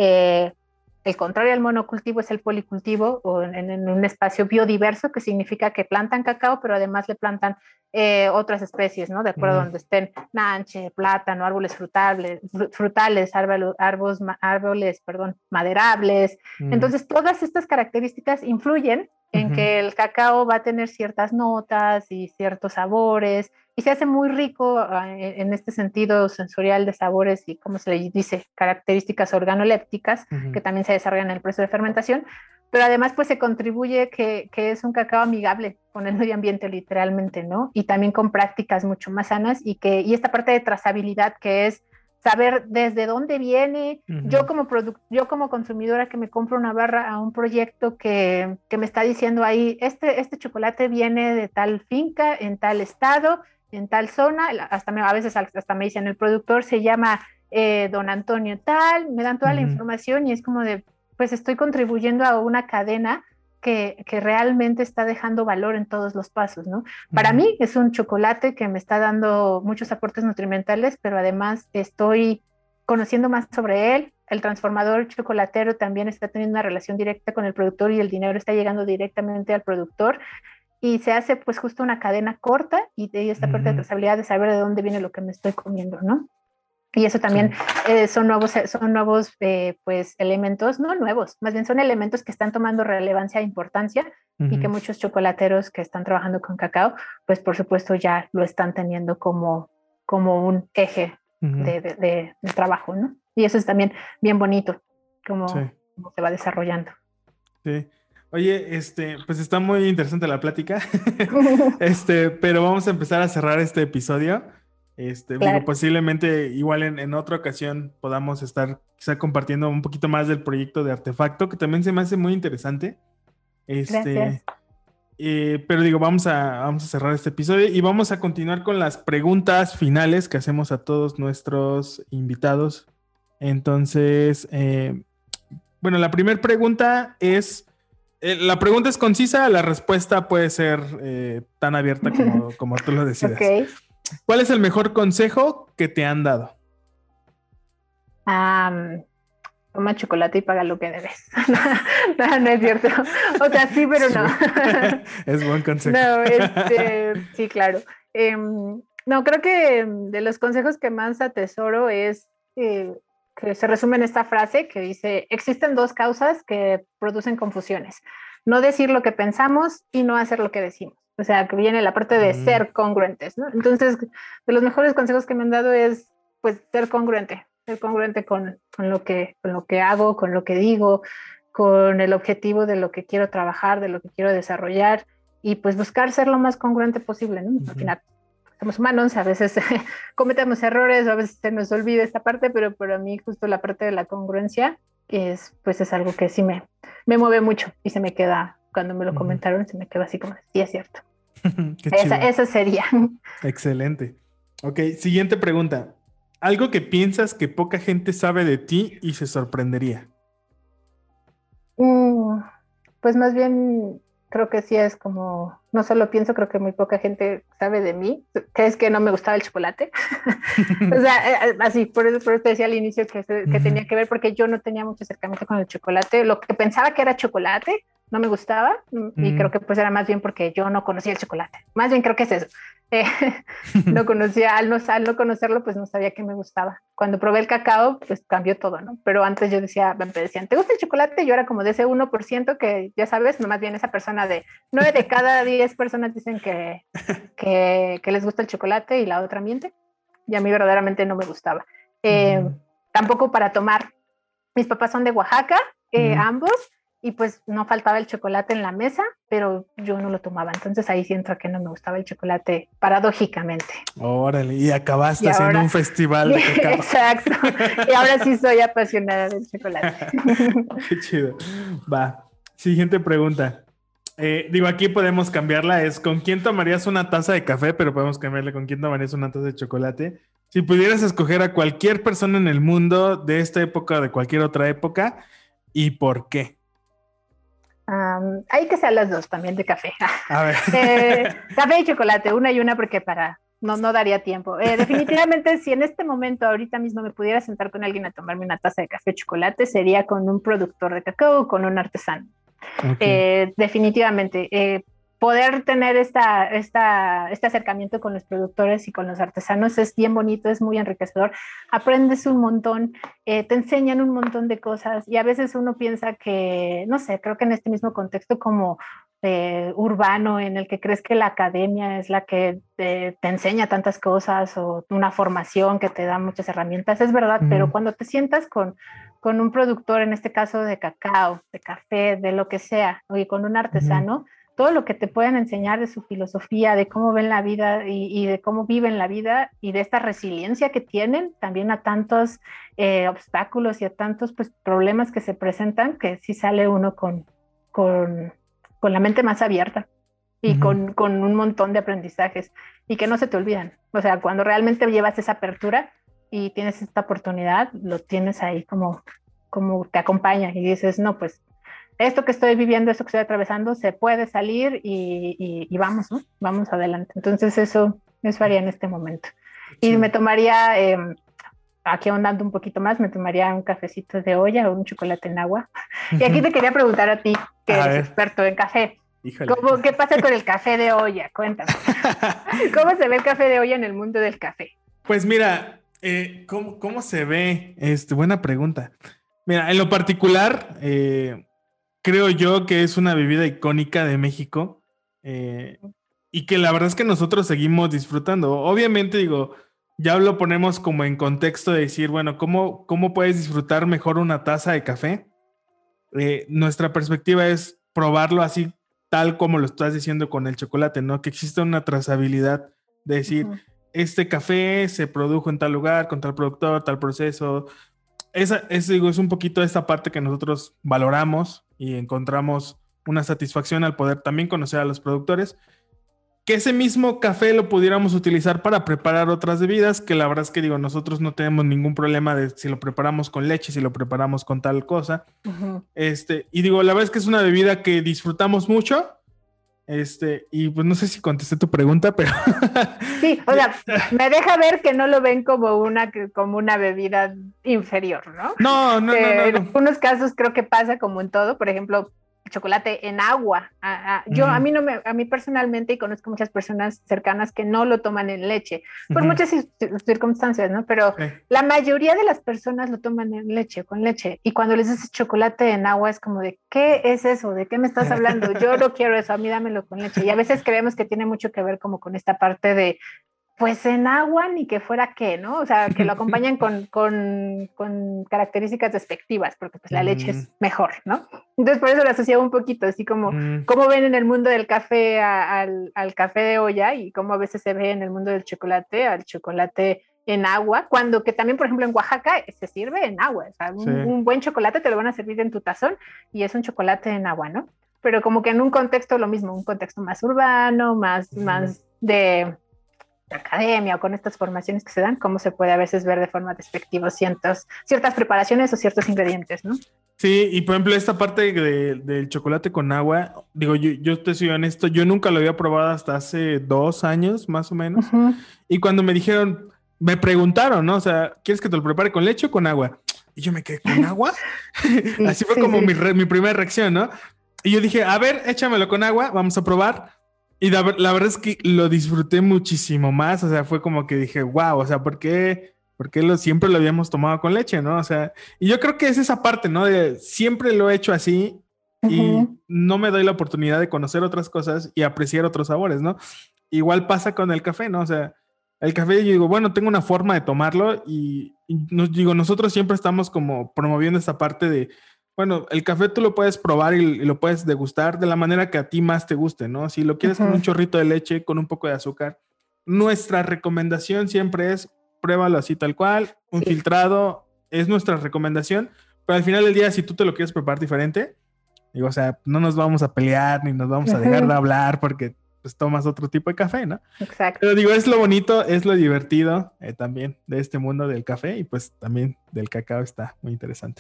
El contrario al monocultivo es el policultivo, o en un espacio biodiverso, que significa que plantan cacao, pero además le plantan otras especies, ¿no? De acuerdo a Ujú. donde estén nanche, plátano, árboles frutales, árboles, perdón, maderables. Ujú. Entonces, todas estas características influyen en Ujú. que el cacao va a tener ciertas notas y ciertos sabores y se hace muy rico en este sentido sensorial de sabores y, como se le dice, características organolépticas Ujú. que también se desarrollan en el proceso de fermentación, pero además pues se contribuye que es un cacao amigable con el medio ambiente literalmente, ¿no? Y también con prácticas mucho más sanas y esta parte de trazabilidad que es saber desde dónde viene. Ujú. Yo como consumidora que me compro una barra a un proyecto que me está diciendo ahí, este chocolate viene de tal finca, en tal estado, en tal zona, a veces hasta me dicen, el productor se llama don Antonio tal, me dan toda la información y es como de, pues estoy contribuyendo a una cadena que realmente está dejando valor en todos los pasos, ¿no? Para mí es un chocolate que me está dando muchos aportes nutrimentales, pero además estoy conociendo más sobre él. El transformador chocolatero también está teniendo una relación directa con el productor y el dinero está llegando directamente al productor y se hace pues justo una cadena corta y esta parte de trazabilidad de saber de dónde viene lo que me estoy comiendo, ¿no? Y eso también son nuevos pues elementos, no nuevos, más bien son elementos que están tomando relevancia e importancia y que muchos chocolateros que están trabajando con cacao, pues por supuesto ya lo están teniendo como un eje de trabajo, ¿no? Y eso es también bien bonito, como se va desarrollando. Sí. Oye, pues está muy interesante la plática, pero vamos a empezar a cerrar este episodio. Claro. Digo, posiblemente igual en otra ocasión podamos estar quizá compartiendo un poquito más del proyecto de Artefacto, que también se me hace muy interesante. Gracias. Pero digo, vamos a cerrar este episodio y vamos a continuar con las preguntas finales que hacemos a todos nuestros invitados. Entonces, bueno, la primera pregunta es... la pregunta es concisa, la respuesta puede ser tan abierta como tú lo decidas. Okay. ¿Cuál es el mejor consejo que te han dado? Toma chocolate y paga lo que debes. No es cierto. O sea, sí, pero no. Es buen consejo. No, sí, claro. No, creo que de los consejos que más atesoro es que se resume en esta frase que dice, existen dos causas que producen confusiones. No decir lo que pensamos y no hacer lo que decimos. O sea, que viene la parte de ser congruentes, ¿no? Entonces, de los mejores consejos que me han dado es, pues, ser congruente con lo que hago, con lo que digo, con el objetivo de lo que quiero trabajar, de lo que quiero desarrollar y pues buscar ser lo más congruente posible, ¿no? Al final, somos humanos, a veces cometemos errores, a veces se nos olvida esta parte, pero a mí justo la parte de la congruencia es algo que sí me mueve mucho y se me queda, cuando me lo comentaron, se me quedó así como, sí, es cierto. Esa sería. Excelente. Ok, siguiente pregunta. Algo que piensas que poca gente sabe de ti y se sorprendería. Pues más bien creo que sí es como, no solo pienso, creo que muy poca gente sabe de mí, que es que no me gustaba el chocolate. O sea, así, por eso te decía al inicio que tenía que ver, porque yo no tenía mucho acercamiento con el chocolate. Lo que pensaba que era chocolate no me gustaba y creo que pues era más bien porque yo no conocía el chocolate. Más bien creo que es eso. No conocía, al no conocerlo, pues no sabía que me gustaba. Cuando probé el cacao, pues cambió todo, ¿no? Pero antes me decían, ¿te gusta el chocolate? Yo era como de ese 1% que, ya sabes, más bien esa persona de 9 de cada 10 personas dicen que les gusta el chocolate y la otra miente. Y a mí verdaderamente no me gustaba. Tampoco para tomar. Mis papás son de Oaxaca, ambos, y pues no faltaba el chocolate en la mesa, pero yo no lo tomaba. Entonces ahí sí entra que no me gustaba el chocolate, paradójicamente. Órale, y acabaste haciendo un festival de cacao. Exacto. Y ahora sí soy apasionada del chocolate. Qué chido. Va. Siguiente pregunta. Aquí podemos cambiarla. Es ¿con quién tomarías una taza de café? Pero podemos cambiarle ¿con quién tomarías una taza de chocolate? Si pudieras escoger a cualquier persona en el mundo de esta época o de cualquier otra época, ¿y por qué? Hay que ser las dos también de café. A ver. Café y chocolate, una y una porque no daría tiempo. Definitivamente, si en este momento, ahorita mismo me pudiera sentar con alguien a tomarme una taza de café o chocolate, sería con un productor de cacao o con un artesano. Okay. Definitivamente. Poder tener este acercamiento con los productores y con los artesanos es bien bonito, es muy enriquecedor. Aprendes un montón, te enseñan un montón de cosas y a veces uno piensa que, no sé, creo que en este mismo contexto como urbano en el que crees que la academia es la que te enseña tantas cosas o una formación que te da muchas herramientas, es verdad, pero cuando te sientas con un productor, en este caso de cacao, de café, de lo que sea, y con un artesano, todo lo que te pueden enseñar de su filosofía, de cómo ven la vida y de cómo viven la vida y de esta resiliencia que tienen también a tantos obstáculos y a tantos pues, problemas que se presentan, que sí sale uno con la mente más abierta y con un montón de aprendizajes y que no se te olvidan. O sea, cuando realmente llevas esa apertura, y tienes esta oportunidad, lo tienes ahí como te acompaña y dices, no, pues esto que estoy viviendo, esto que estoy atravesando, se puede salir y vamos, ¿no? Vamos adelante. Entonces eso haría en este momento. Y me tomaría, aquí ahondando un poquito más, me tomaría un cafecito de olla o un chocolate en agua. Y aquí te quería preguntar a ti, que eres experto en café. ¿Qué pasa con el café de olla? Cuéntame. ¿Cómo se ve el café de olla en el mundo del café? Pues mira, ¿cómo se ve? Buena pregunta. Mira, en lo particular, creo yo que es una bebida icónica de México y que la verdad es que nosotros seguimos disfrutando. Obviamente, digo, ya lo ponemos como en contexto de decir, bueno, ¿cómo puedes disfrutar mejor una taza de café? Nuestra perspectiva es probarlo así, tal como lo estás diciendo con el chocolate, ¿no? Que existe una trazabilidad de decir, este café se produjo en tal lugar, con tal productor, tal proceso. Digo, es un poquito esta parte que nosotros valoramos y encontramos una satisfacción al poder también conocer a los productores. Que ese mismo café lo pudiéramos utilizar para preparar otras bebidas, que la verdad es que digo, nosotros no tenemos ningún problema de si lo preparamos con leche, si lo preparamos con tal cosa. Y digo, la verdad es que es una bebida que disfrutamos mucho. Y pues no sé si contesté tu pregunta, pero... Sí, o sea, me deja ver que no lo ven como una bebida inferior, ¿no? No. En algunos casos creo que pasa como en todo, por ejemplo, chocolate en agua. A mí personalmente, y conozco muchas personas cercanas que no lo toman en leche, por muchas circunstancias, ¿no? Pero la mayoría de las personas lo toman en leche, con leche, y cuando les dices chocolate en agua es como de, ¿qué es eso? ¿De qué me estás hablando? Yo no quiero eso, a mí dámelo con leche. Y a veces creemos que tiene mucho que ver como con esta parte de pues en agua ni que fuera qué, ¿no? O sea, que lo acompañan con características despectivas, porque pues la leche es mejor, ¿no? Entonces por eso lo asociaba un poquito, así como cómo ven en el mundo del café al café de olla y cómo a veces se ve en el mundo del chocolate al chocolate en agua, cuando que también, por ejemplo, en Oaxaca se sirve en agua, o sea, un buen chocolate te lo van a servir en tu tazón y es un chocolate en agua, ¿no? Pero como que en un contexto lo mismo, un contexto más urbano, más de academia o con estas formaciones que se dan, cómo se puede a veces ver de forma despectiva ciertas preparaciones o ciertos ingredientes, ¿no? Sí, y por ejemplo esta parte del chocolate con agua, digo, yo te soy honesto, yo nunca lo había probado hasta hace 2 años más o menos, y cuando me preguntaron, ¿no? O sea, ¿quieres que te lo prepare con leche o con agua? Y yo me quedé, ¿con agua? Así fue como mi primera reacción, ¿no? Y yo dije, a ver, échamelo con agua, vamos a probar. Y la verdad es que lo disfruté muchísimo más, o sea, fue como que dije, wow, o sea, ¿por qué siempre lo habíamos tomado con leche, no? O sea, y yo creo que es esa parte, ¿no? De siempre lo he hecho así y no me doy la oportunidad de conocer otras cosas y apreciar otros sabores, ¿no? Igual pasa con el café, ¿no? O sea, el café, yo digo, bueno, tengo una forma de tomarlo y nosotros siempre estamos como promoviendo esta parte de, bueno, el café tú lo puedes probar y lo puedes degustar de la manera que a ti más te guste, ¿no? Si lo quieres con un chorrito de leche, con un poco de azúcar, nuestra recomendación siempre es pruébalo así tal cual, un filtrado, es nuestra recomendación, pero al final del día, si tú te lo quieres preparar diferente, digo, o sea, no nos vamos a pelear ni nos vamos a dejar de hablar porque pues tomas otro tipo de café, ¿no? Exacto. Pero digo, es lo bonito, es lo divertido también de este mundo del café y pues también del cacao está muy interesante.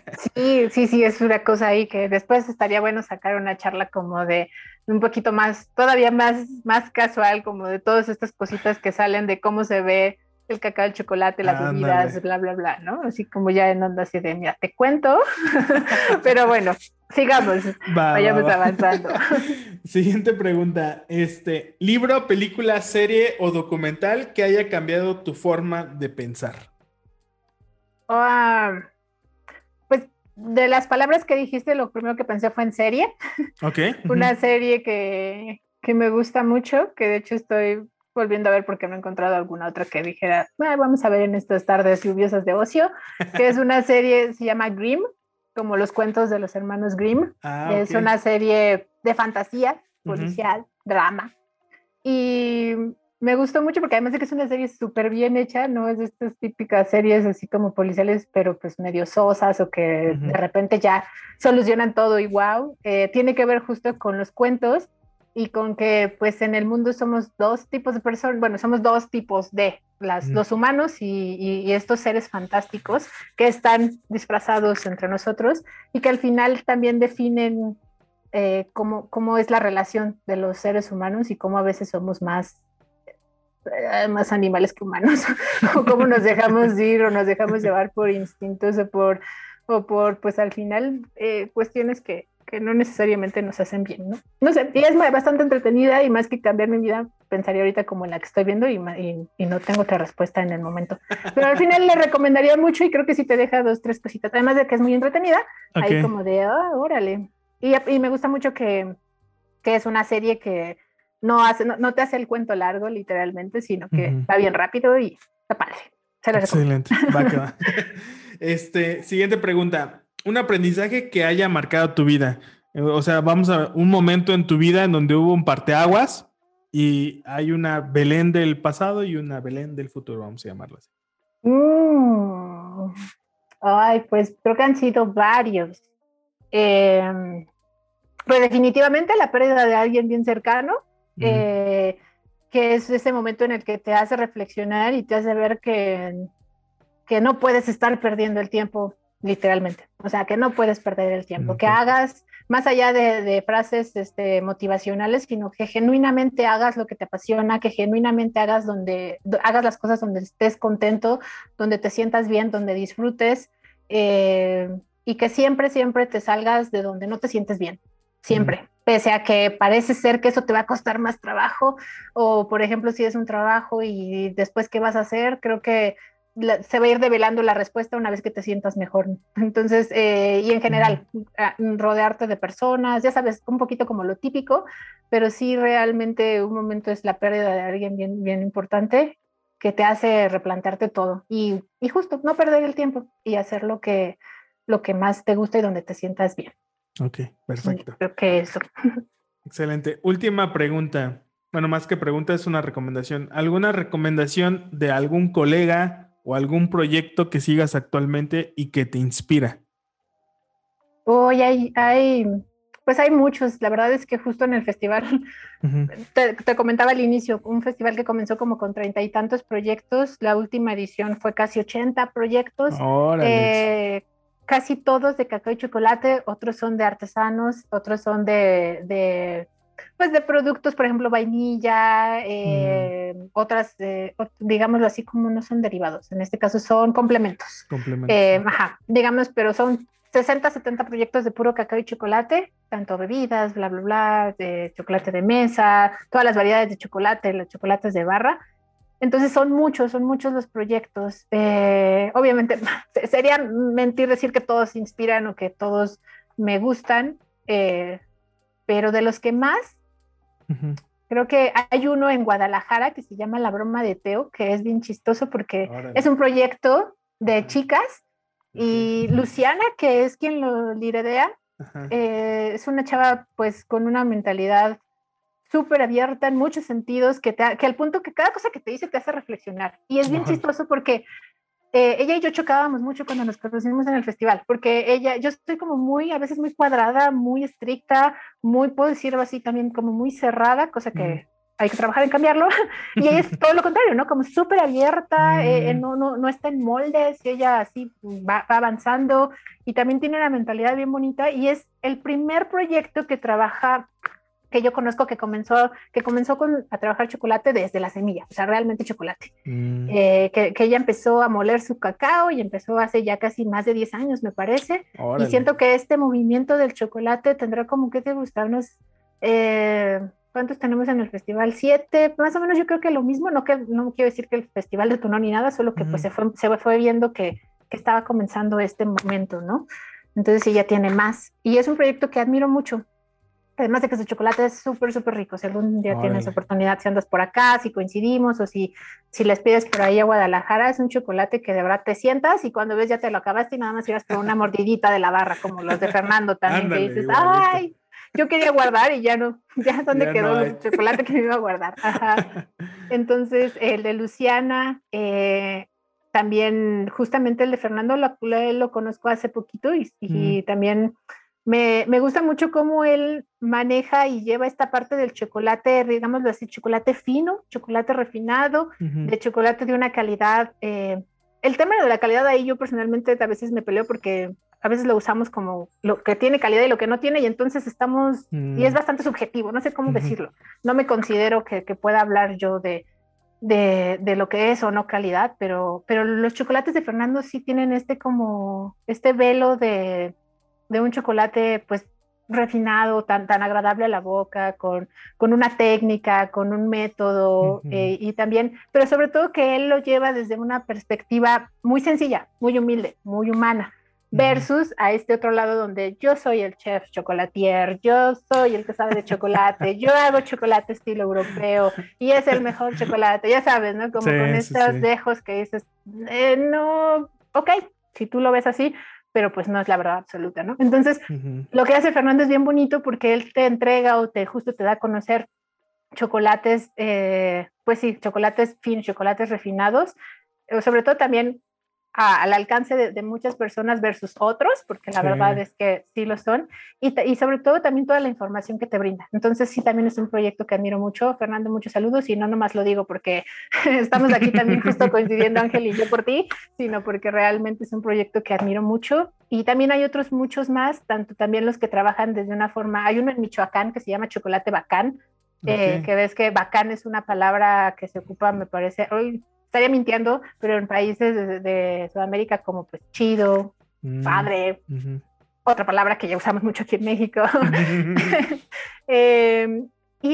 Sí, es una cosa ahí que después estaría bueno sacar una charla como de un poquito más, todavía más casual, como de todas estas cositas que salen de cómo se ve el cacao, el chocolate, las bebidas, bla, bla, bla, ¿no? Así como ya en onda así de, mira, te cuento, pero bueno, sigamos, vayamos avanzando. Siguiente pregunta, ¿libro, película, serie o documental que haya cambiado tu forma de pensar? Pues de las palabras que dijiste, lo primero que pensé fue en serie. Ok. Una serie que me gusta mucho, que de hecho estoy volviendo a ver porque no he encontrado alguna otra que dijera, vamos a ver en estas tardes lluviosas de ocio, que es una serie, se llama Grimm, como los cuentos de los hermanos Grimm. Es una serie de fantasía, policial, drama. Y me gustó mucho porque además de que es una serie súper bien hecha, no es de estas típicas series así como policiales, pero pues medio sosas o que de repente ya solucionan todo y wow. Tiene que ver justo con los cuentos y con que pues en el mundo somos dos tipos de personas, bueno, somos dos tipos de los humanos y estos seres fantásticos que están disfrazados entre nosotros y que al final también definen cómo es la relación de los seres humanos y cómo a veces somos más animales que humanos, o cómo nos dejamos ir o nos dejamos llevar por instintos o por pues al final cuestiones que no necesariamente nos hacen bien, ¿no? No sé, y es bastante entretenida y más que cambiar mi vida, pensaría ahorita como en la que estoy viendo y no tengo otra respuesta en el momento. Pero al final le recomendaría mucho y creo que sí te deja 2, 3 cositas, además de que es muy entretenida, ahí como de, órale. Y me gusta mucho que es una serie que no te hace el cuento largo, literalmente, sino que va bien rápido y está padre. Se lo recomiendo. Excelente, va que va. Siguiente pregunta. Un aprendizaje que haya marcado tu vida. O sea, vamos a un momento en tu vida en donde hubo un parteaguas y hay una Belén del pasado y una Belén del futuro, vamos a llamarla así. Ay, pues creo que han sido varios. Pero definitivamente la pérdida de alguien bien cercano, que es ese momento en el que te hace reflexionar y te hace ver que no puedes estar perdiendo el tiempo, literalmente. O sea, que no puedes perder el tiempo, que hagas, más allá de frases motivacionales, sino que genuinamente hagas lo que te apasiona, que genuinamente hagas las cosas donde estés contento, donde te sientas bien, donde disfrutes, y que siempre, siempre te salgas de donde no te sientes bien. Siempre, pese a que parece ser que eso te va a costar más trabajo, o por ejemplo, si es un trabajo y después qué vas a hacer, creo que se va a ir develando la respuesta una vez que te sientas mejor. Entonces, y en general, rodearte de personas, ya sabes, un poquito como lo típico, pero sí realmente un momento es la pérdida de alguien bien, bien importante que te hace replantearte todo y justo no perder el tiempo y hacer lo que más te gusta y donde te sientas bien. Ok, perfecto. Creo que eso. Excelente. Última pregunta. Bueno, más que pregunta, es una recomendación. ¿Alguna recomendación de algún colega o algún proyecto que sigas actualmente y que te inspira? Hoy pues hay muchos. La verdad es que justo en el festival, te comentaba al inicio, un festival que comenzó como con 30 y tantos proyectos. La última edición fue casi 80 proyectos. Casi todos de cacao y chocolate, otros son de artesanos, otros son de productos, por ejemplo, vainilla, otras, digámoslo así, como no son derivados, en este caso son complementos. Digamos, pero son 60, 70 proyectos de puro cacao y chocolate, tanto bebidas, bla, bla, bla, de chocolate de mesa, todas las variedades de chocolate, los chocolates de barra. Entonces son muchos los proyectos. Obviamente sería mentir decir que todos inspiran o que todos me gustan, pero de los que más, creo que hay uno en Guadalajara que se llama La Broma de Teo, que es bien chistoso porque es un proyecto de chicas y Luciana, que es quien lo liderea, es una chava pues con una mentalidad súper abierta en muchos sentidos, que al punto que cada cosa que te dice te hace reflexionar. Y es bien chistoso porque ella y yo chocábamos mucho cuando nos conocimos en el festival, porque yo estoy como a veces muy cuadrada, muy estricta, puedo decirlo así también, como muy cerrada, cosa que hay que trabajar en cambiarlo, y ella es todo lo contrario, ¿no? Como súper abierta, no está en moldes, y ella así va avanzando, y también tiene una mentalidad bien bonita, y es el primer proyecto que yo conozco que comenzó a trabajar chocolate desde la semilla, o sea, realmente chocolate. Que ella empezó a moler su cacao y empezó hace ya casi más de 10 años, me parece. Órale. Y siento que este movimiento del chocolate tendrá como que te gusta unos... ¿cuántos tenemos en el festival? 7, más o menos. Yo creo que lo mismo, no quiero decir que el festival detonó ni nada, solo que pues se fue viendo que estaba comenzando este momento, ¿no? Entonces ella tiene más. Y es un proyecto que admiro mucho. Además de que su chocolate es súper, súper rico. Si algún día tienes oportunidad, si andas por acá, si coincidimos o si les pides por ahí a Guadalajara, es un chocolate que de verdad te sientas y cuando ves ya te lo acabaste y nada más ibas por una mordidita de la barra, como los de Fernando también, ándale, que dices, igualito. Ay, yo quería guardar y ya dónde ya quedó el chocolate que me iba a guardar. Ajá. Entonces, el de Luciana, también justamente el de Fernando lo conozco hace poquito y también Me gusta mucho cómo él maneja y lleva esta parte del chocolate, digámoslo así, chocolate fino, chocolate refinado, de chocolate de una calidad. El tema de la calidad ahí yo personalmente a veces me peleo porque a veces lo usamos como lo que tiene calidad y lo que no tiene, y entonces y es bastante subjetivo, no sé cómo decirlo. No me considero que pueda hablar yo de lo que es o no calidad, pero los chocolates de Fernando sí tienen este velo de un chocolate pues refinado, tan agradable a la boca, con una técnica, con un método, y también, pero sobre todo que él lo lleva desde una perspectiva muy sencilla, muy humilde, muy humana, versus a este otro lado donde yo soy el chef chocolatier, yo soy el que sabe de chocolate, yo hago chocolate estilo europeo y es el mejor chocolate, ya sabes, ¿no? Como con estos dejos que dices, no, ok, si tú lo ves así, pero pues no es la verdad absoluta, ¿no? Entonces, lo que hace Fernando es bien bonito porque él te entrega o justo te da a conocer chocolates, pues sí, chocolates finos, chocolates refinados, sobre todo también al alcance de muchas personas versus otros, porque la verdad es que sí lo son, y sobre todo también toda la información que te brinda. Entonces sí, también es un proyecto que admiro mucho. Fernando, muchos saludos, y no nomás lo digo porque estamos aquí también justo coincidiendo Ángel y yo por ti, sino porque realmente es un proyecto que admiro mucho. Y también hay otros muchos más, tanto también los que trabajan desde una forma, hay uno en Michoacán que se llama Chocolate Bacán, que ves que bacán es una palabra que se ocupa, me parece, hoy estaría mintiendo, pero en países de Sudamérica como pues chido, padre, otra palabra que ya usamos mucho aquí en México. Y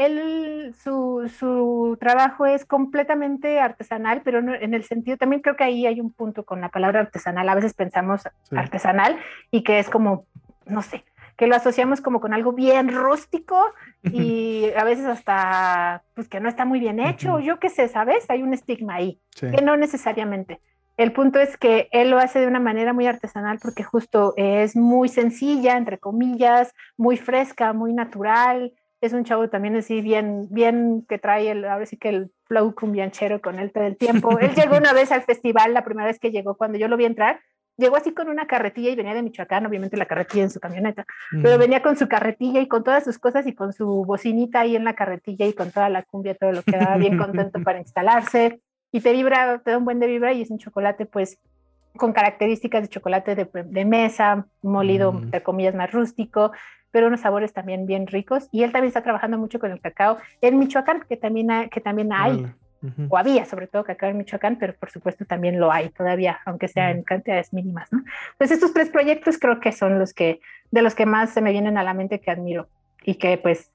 su trabajo es completamente artesanal, pero no, en el sentido, también creo que ahí hay un punto con la palabra artesanal. A veces pensamos artesanal y que es como, no sé, que lo asociamos como con algo bien rústico y a veces hasta, pues que no está muy bien hecho, yo qué sé, ¿sabes? Hay un estigma ahí, que no necesariamente. El punto es que él lo hace de una manera muy artesanal porque justo es muy sencilla, entre comillas, muy fresca, muy natural. Es un chavo también así bien que trae ahora sí que el flow cumbianchero con él todo el tiempo. Él llegó una vez al festival, la primera vez que llegó, cuando yo lo vi entrar, llegó así con una carretilla y venía de Michoacán, obviamente la carretilla en su camioneta, pero venía con su carretilla y con todas sus cosas y con su bocinita ahí en la carretilla y con toda la cumbia, todo lo que daba, bien contento para instalarse, y te da un buen de vibra, y es un chocolate pues con características de chocolate de mesa, molido, entre comillas, más rústico, pero unos sabores también bien ricos. Y él también está trabajando mucho con el cacao en Michoacán, que también hay. O había sobre todo cacao en Michoacán, pero por supuesto también lo hay todavía, aunque sea en cantidades mínimas, ¿no? Entonces estos 3 proyectos creo que son de los que más se me vienen a la mente que admiro y que pues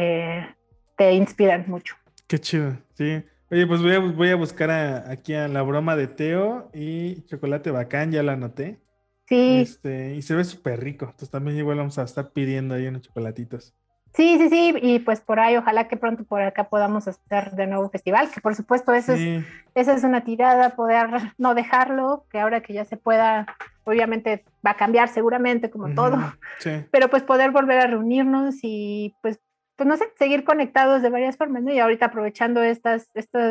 te inspiran mucho. Qué chido, sí. Oye, pues voy a buscar aquí a la broma de Teo y chocolate bacán, ya la anoté. Sí. Y se ve súper rico, entonces también igual vamos a estar pidiendo ahí unos chocolatitos. Sí, y pues por ahí, ojalá que pronto por acá podamos hacer de nuevo festival, que por supuesto esa es una tirada, poder no dejarlo, que ahora que ya se pueda, obviamente va a cambiar seguramente como todo, pero pues poder volver a reunirnos y pues no sé, seguir conectados de varias formas, ¿no? Y ahorita aprovechando estas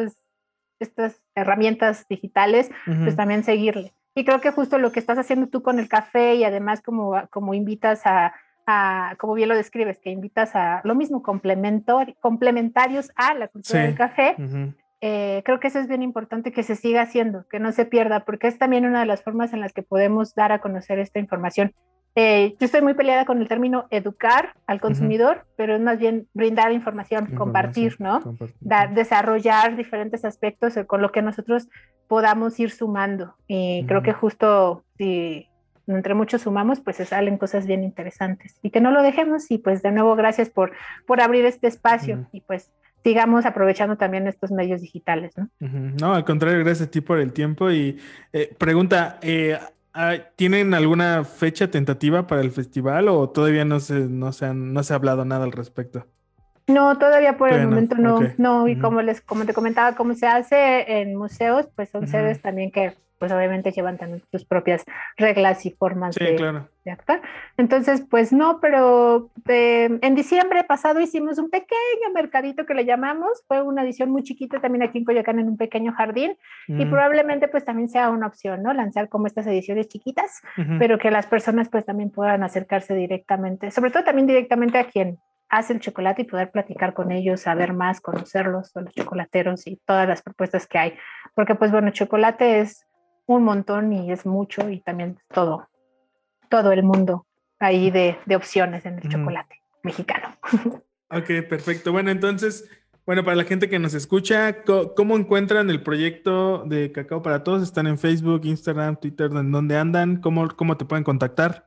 herramientas digitales, pues también seguirle. Y creo que justo lo que estás haciendo tú con el café y además como invitas como bien lo describes, que invitas a lo mismo, complementarios a la cultura del café, creo que eso es bien importante que se siga haciendo, que no se pierda, porque es también una de las formas en las que podemos dar a conocer esta información. Yo estoy muy peleada con el término educar al consumidor, pero es más bien brindar información, compartir, ¿no? Desarrollar diferentes aspectos con lo que nosotros podamos ir sumando. Y creo que justo si entre muchos sumamos, pues se salen cosas bien interesantes. Y que no lo dejemos, y pues de nuevo gracias por abrir este espacio, y pues sigamos aprovechando también estos medios digitales, ¿no? No, al contrario, gracias a ti por el tiempo. Y pregunta, ¿tienen alguna fecha tentativa para el festival o todavía no se ha hablado nada al respecto? No, todavía por el Todavía momento no. no, Ok. no, y Ujú. como te comentaba, como se hace en museos, pues son Ujú. sedes también que pues obviamente llevan también sus propias reglas y formas Sí, claro. de actuar. Entonces, pues no, pero en diciembre pasado hicimos un pequeño mercadito que le llamamos, fue una edición muy chiquita también aquí en Coyoacán en un pequeño jardín y Mm. probablemente pues también sea una opción, ¿no? Lanzar como estas ediciones chiquitas, Ujú. pero que las personas pues también puedan acercarse directamente, sobre todo también directamente a quien hace el chocolate y poder platicar con ellos, saber más, conocerlos, los chocolateros y todas las propuestas que hay. Porque pues bueno, chocolate es un montón y es mucho y también todo el mundo ahí de opciones en el Ujú. chocolate mexicano. Ok, perfecto. Bueno, entonces, bueno, para la gente que nos escucha, ¿cómo encuentran el proyecto de Cacao para Todos? ¿Están en Facebook, Instagram, Twitter? ¿En dónde andan? ¿Cómo te pueden contactar?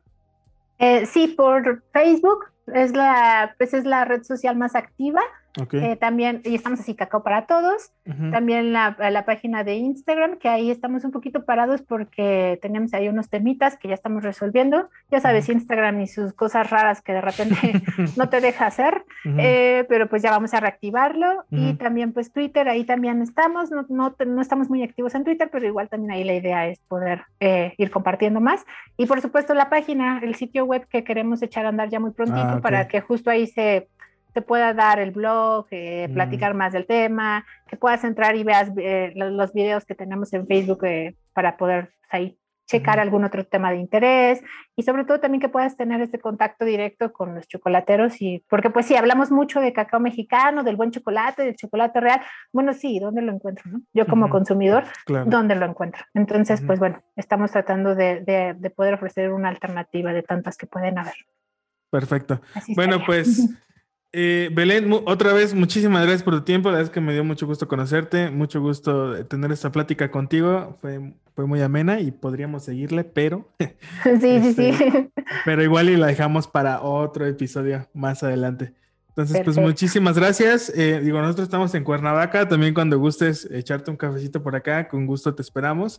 Sí, por Facebook pues es la red social más activa. Ok. También, y estamos así, Cacao para Todos. Ujú. También la página de Instagram, que ahí estamos un poquito parados porque tenemos ahí unos temitas que ya estamos resolviendo. Ya Ujú. sabes, Instagram y sus cosas raras que de repente no te deja hacer, Ujú. pero pues ya vamos a reactivarlo. Y Ujú. también pues Twitter, ahí también estamos. No estamos muy activos en Twitter, pero igual también ahí la idea es poder ir compartiendo más. Y por supuesto la página, el sitio web que queremos echar a andar ya muy Ah, prontito ok. para que justo ahí se pueda dar el blog, Mm. platicar más del tema, que puedas entrar y veas los videos que tenemos en Facebook para poder ahí checar Ujú. algún otro tema de interés y sobre todo también que puedas tener este contacto directo con los chocolateros y porque pues sí, hablamos mucho de cacao mexicano, del buen chocolate, del chocolate real. Bueno, sí, ¿dónde lo encuentro? ¿No? Yo como Ujú. consumidor, Claro. ¿dónde lo encuentro? Entonces, Ujú. pues bueno, estamos tratando de poder ofrecer una alternativa de tantas que pueden haber. Perfecto. Así Bueno, estaría. pues, Belén, otra vez, muchísimas gracias por tu tiempo. La verdad es que me dio mucho gusto conocerte, mucho gusto de tener esta plática contigo. Fue muy amena y podríamos seguirle, pero, Sí, sí, sí. este, pero igual y la dejamos para otro episodio más adelante. Entonces, pues Perfecto. muchísimas gracias. Digo, nosotros estamos en Cuernavaca. También cuando gustes echarte un cafecito por acá, con gusto te esperamos.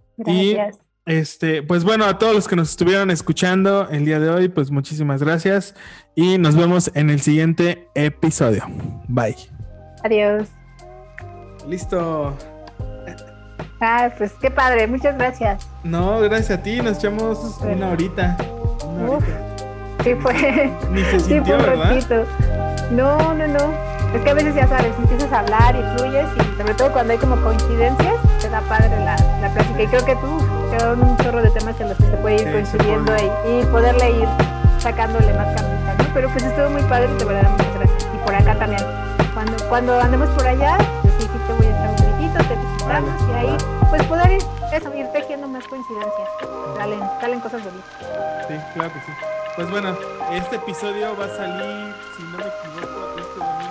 Y Gracias. pues bueno, a todos los que nos estuvieron escuchando el día de hoy, pues muchísimas gracias y nos vemos en el siguiente episodio. Bye. Adiós. Listo. Ah, pues qué padre. Muchas gracias. No, gracias a ti, nos echamos Súper. una horita. Una Uf, horita. sí fue, Ni se sí fue sintió, un ¿verdad? ratito. No, no, no. Es que a veces ya sabes, empiezas a hablar y fluyes y sobre todo cuando hay como coincidencias, te da padre la plática. Y creo que tú, son un chorro de temas en los que se puede ir Sí, coincidiendo supongo. y poderle ir sacándole más camita, ¿no? Pero pues estuvo muy padre, de verdad, muchas gracias. Y por acá también. Cuando andemos por allá, pues sí, sí te voy a echar un gritito, te Vale, visitamos y ahí, va. pues poder ir tejiendo más coincidencias. Salen cosas bonitas. Sí, claro que sí. Pues bueno, este episodio va a salir, si no me equivoco, este domingo.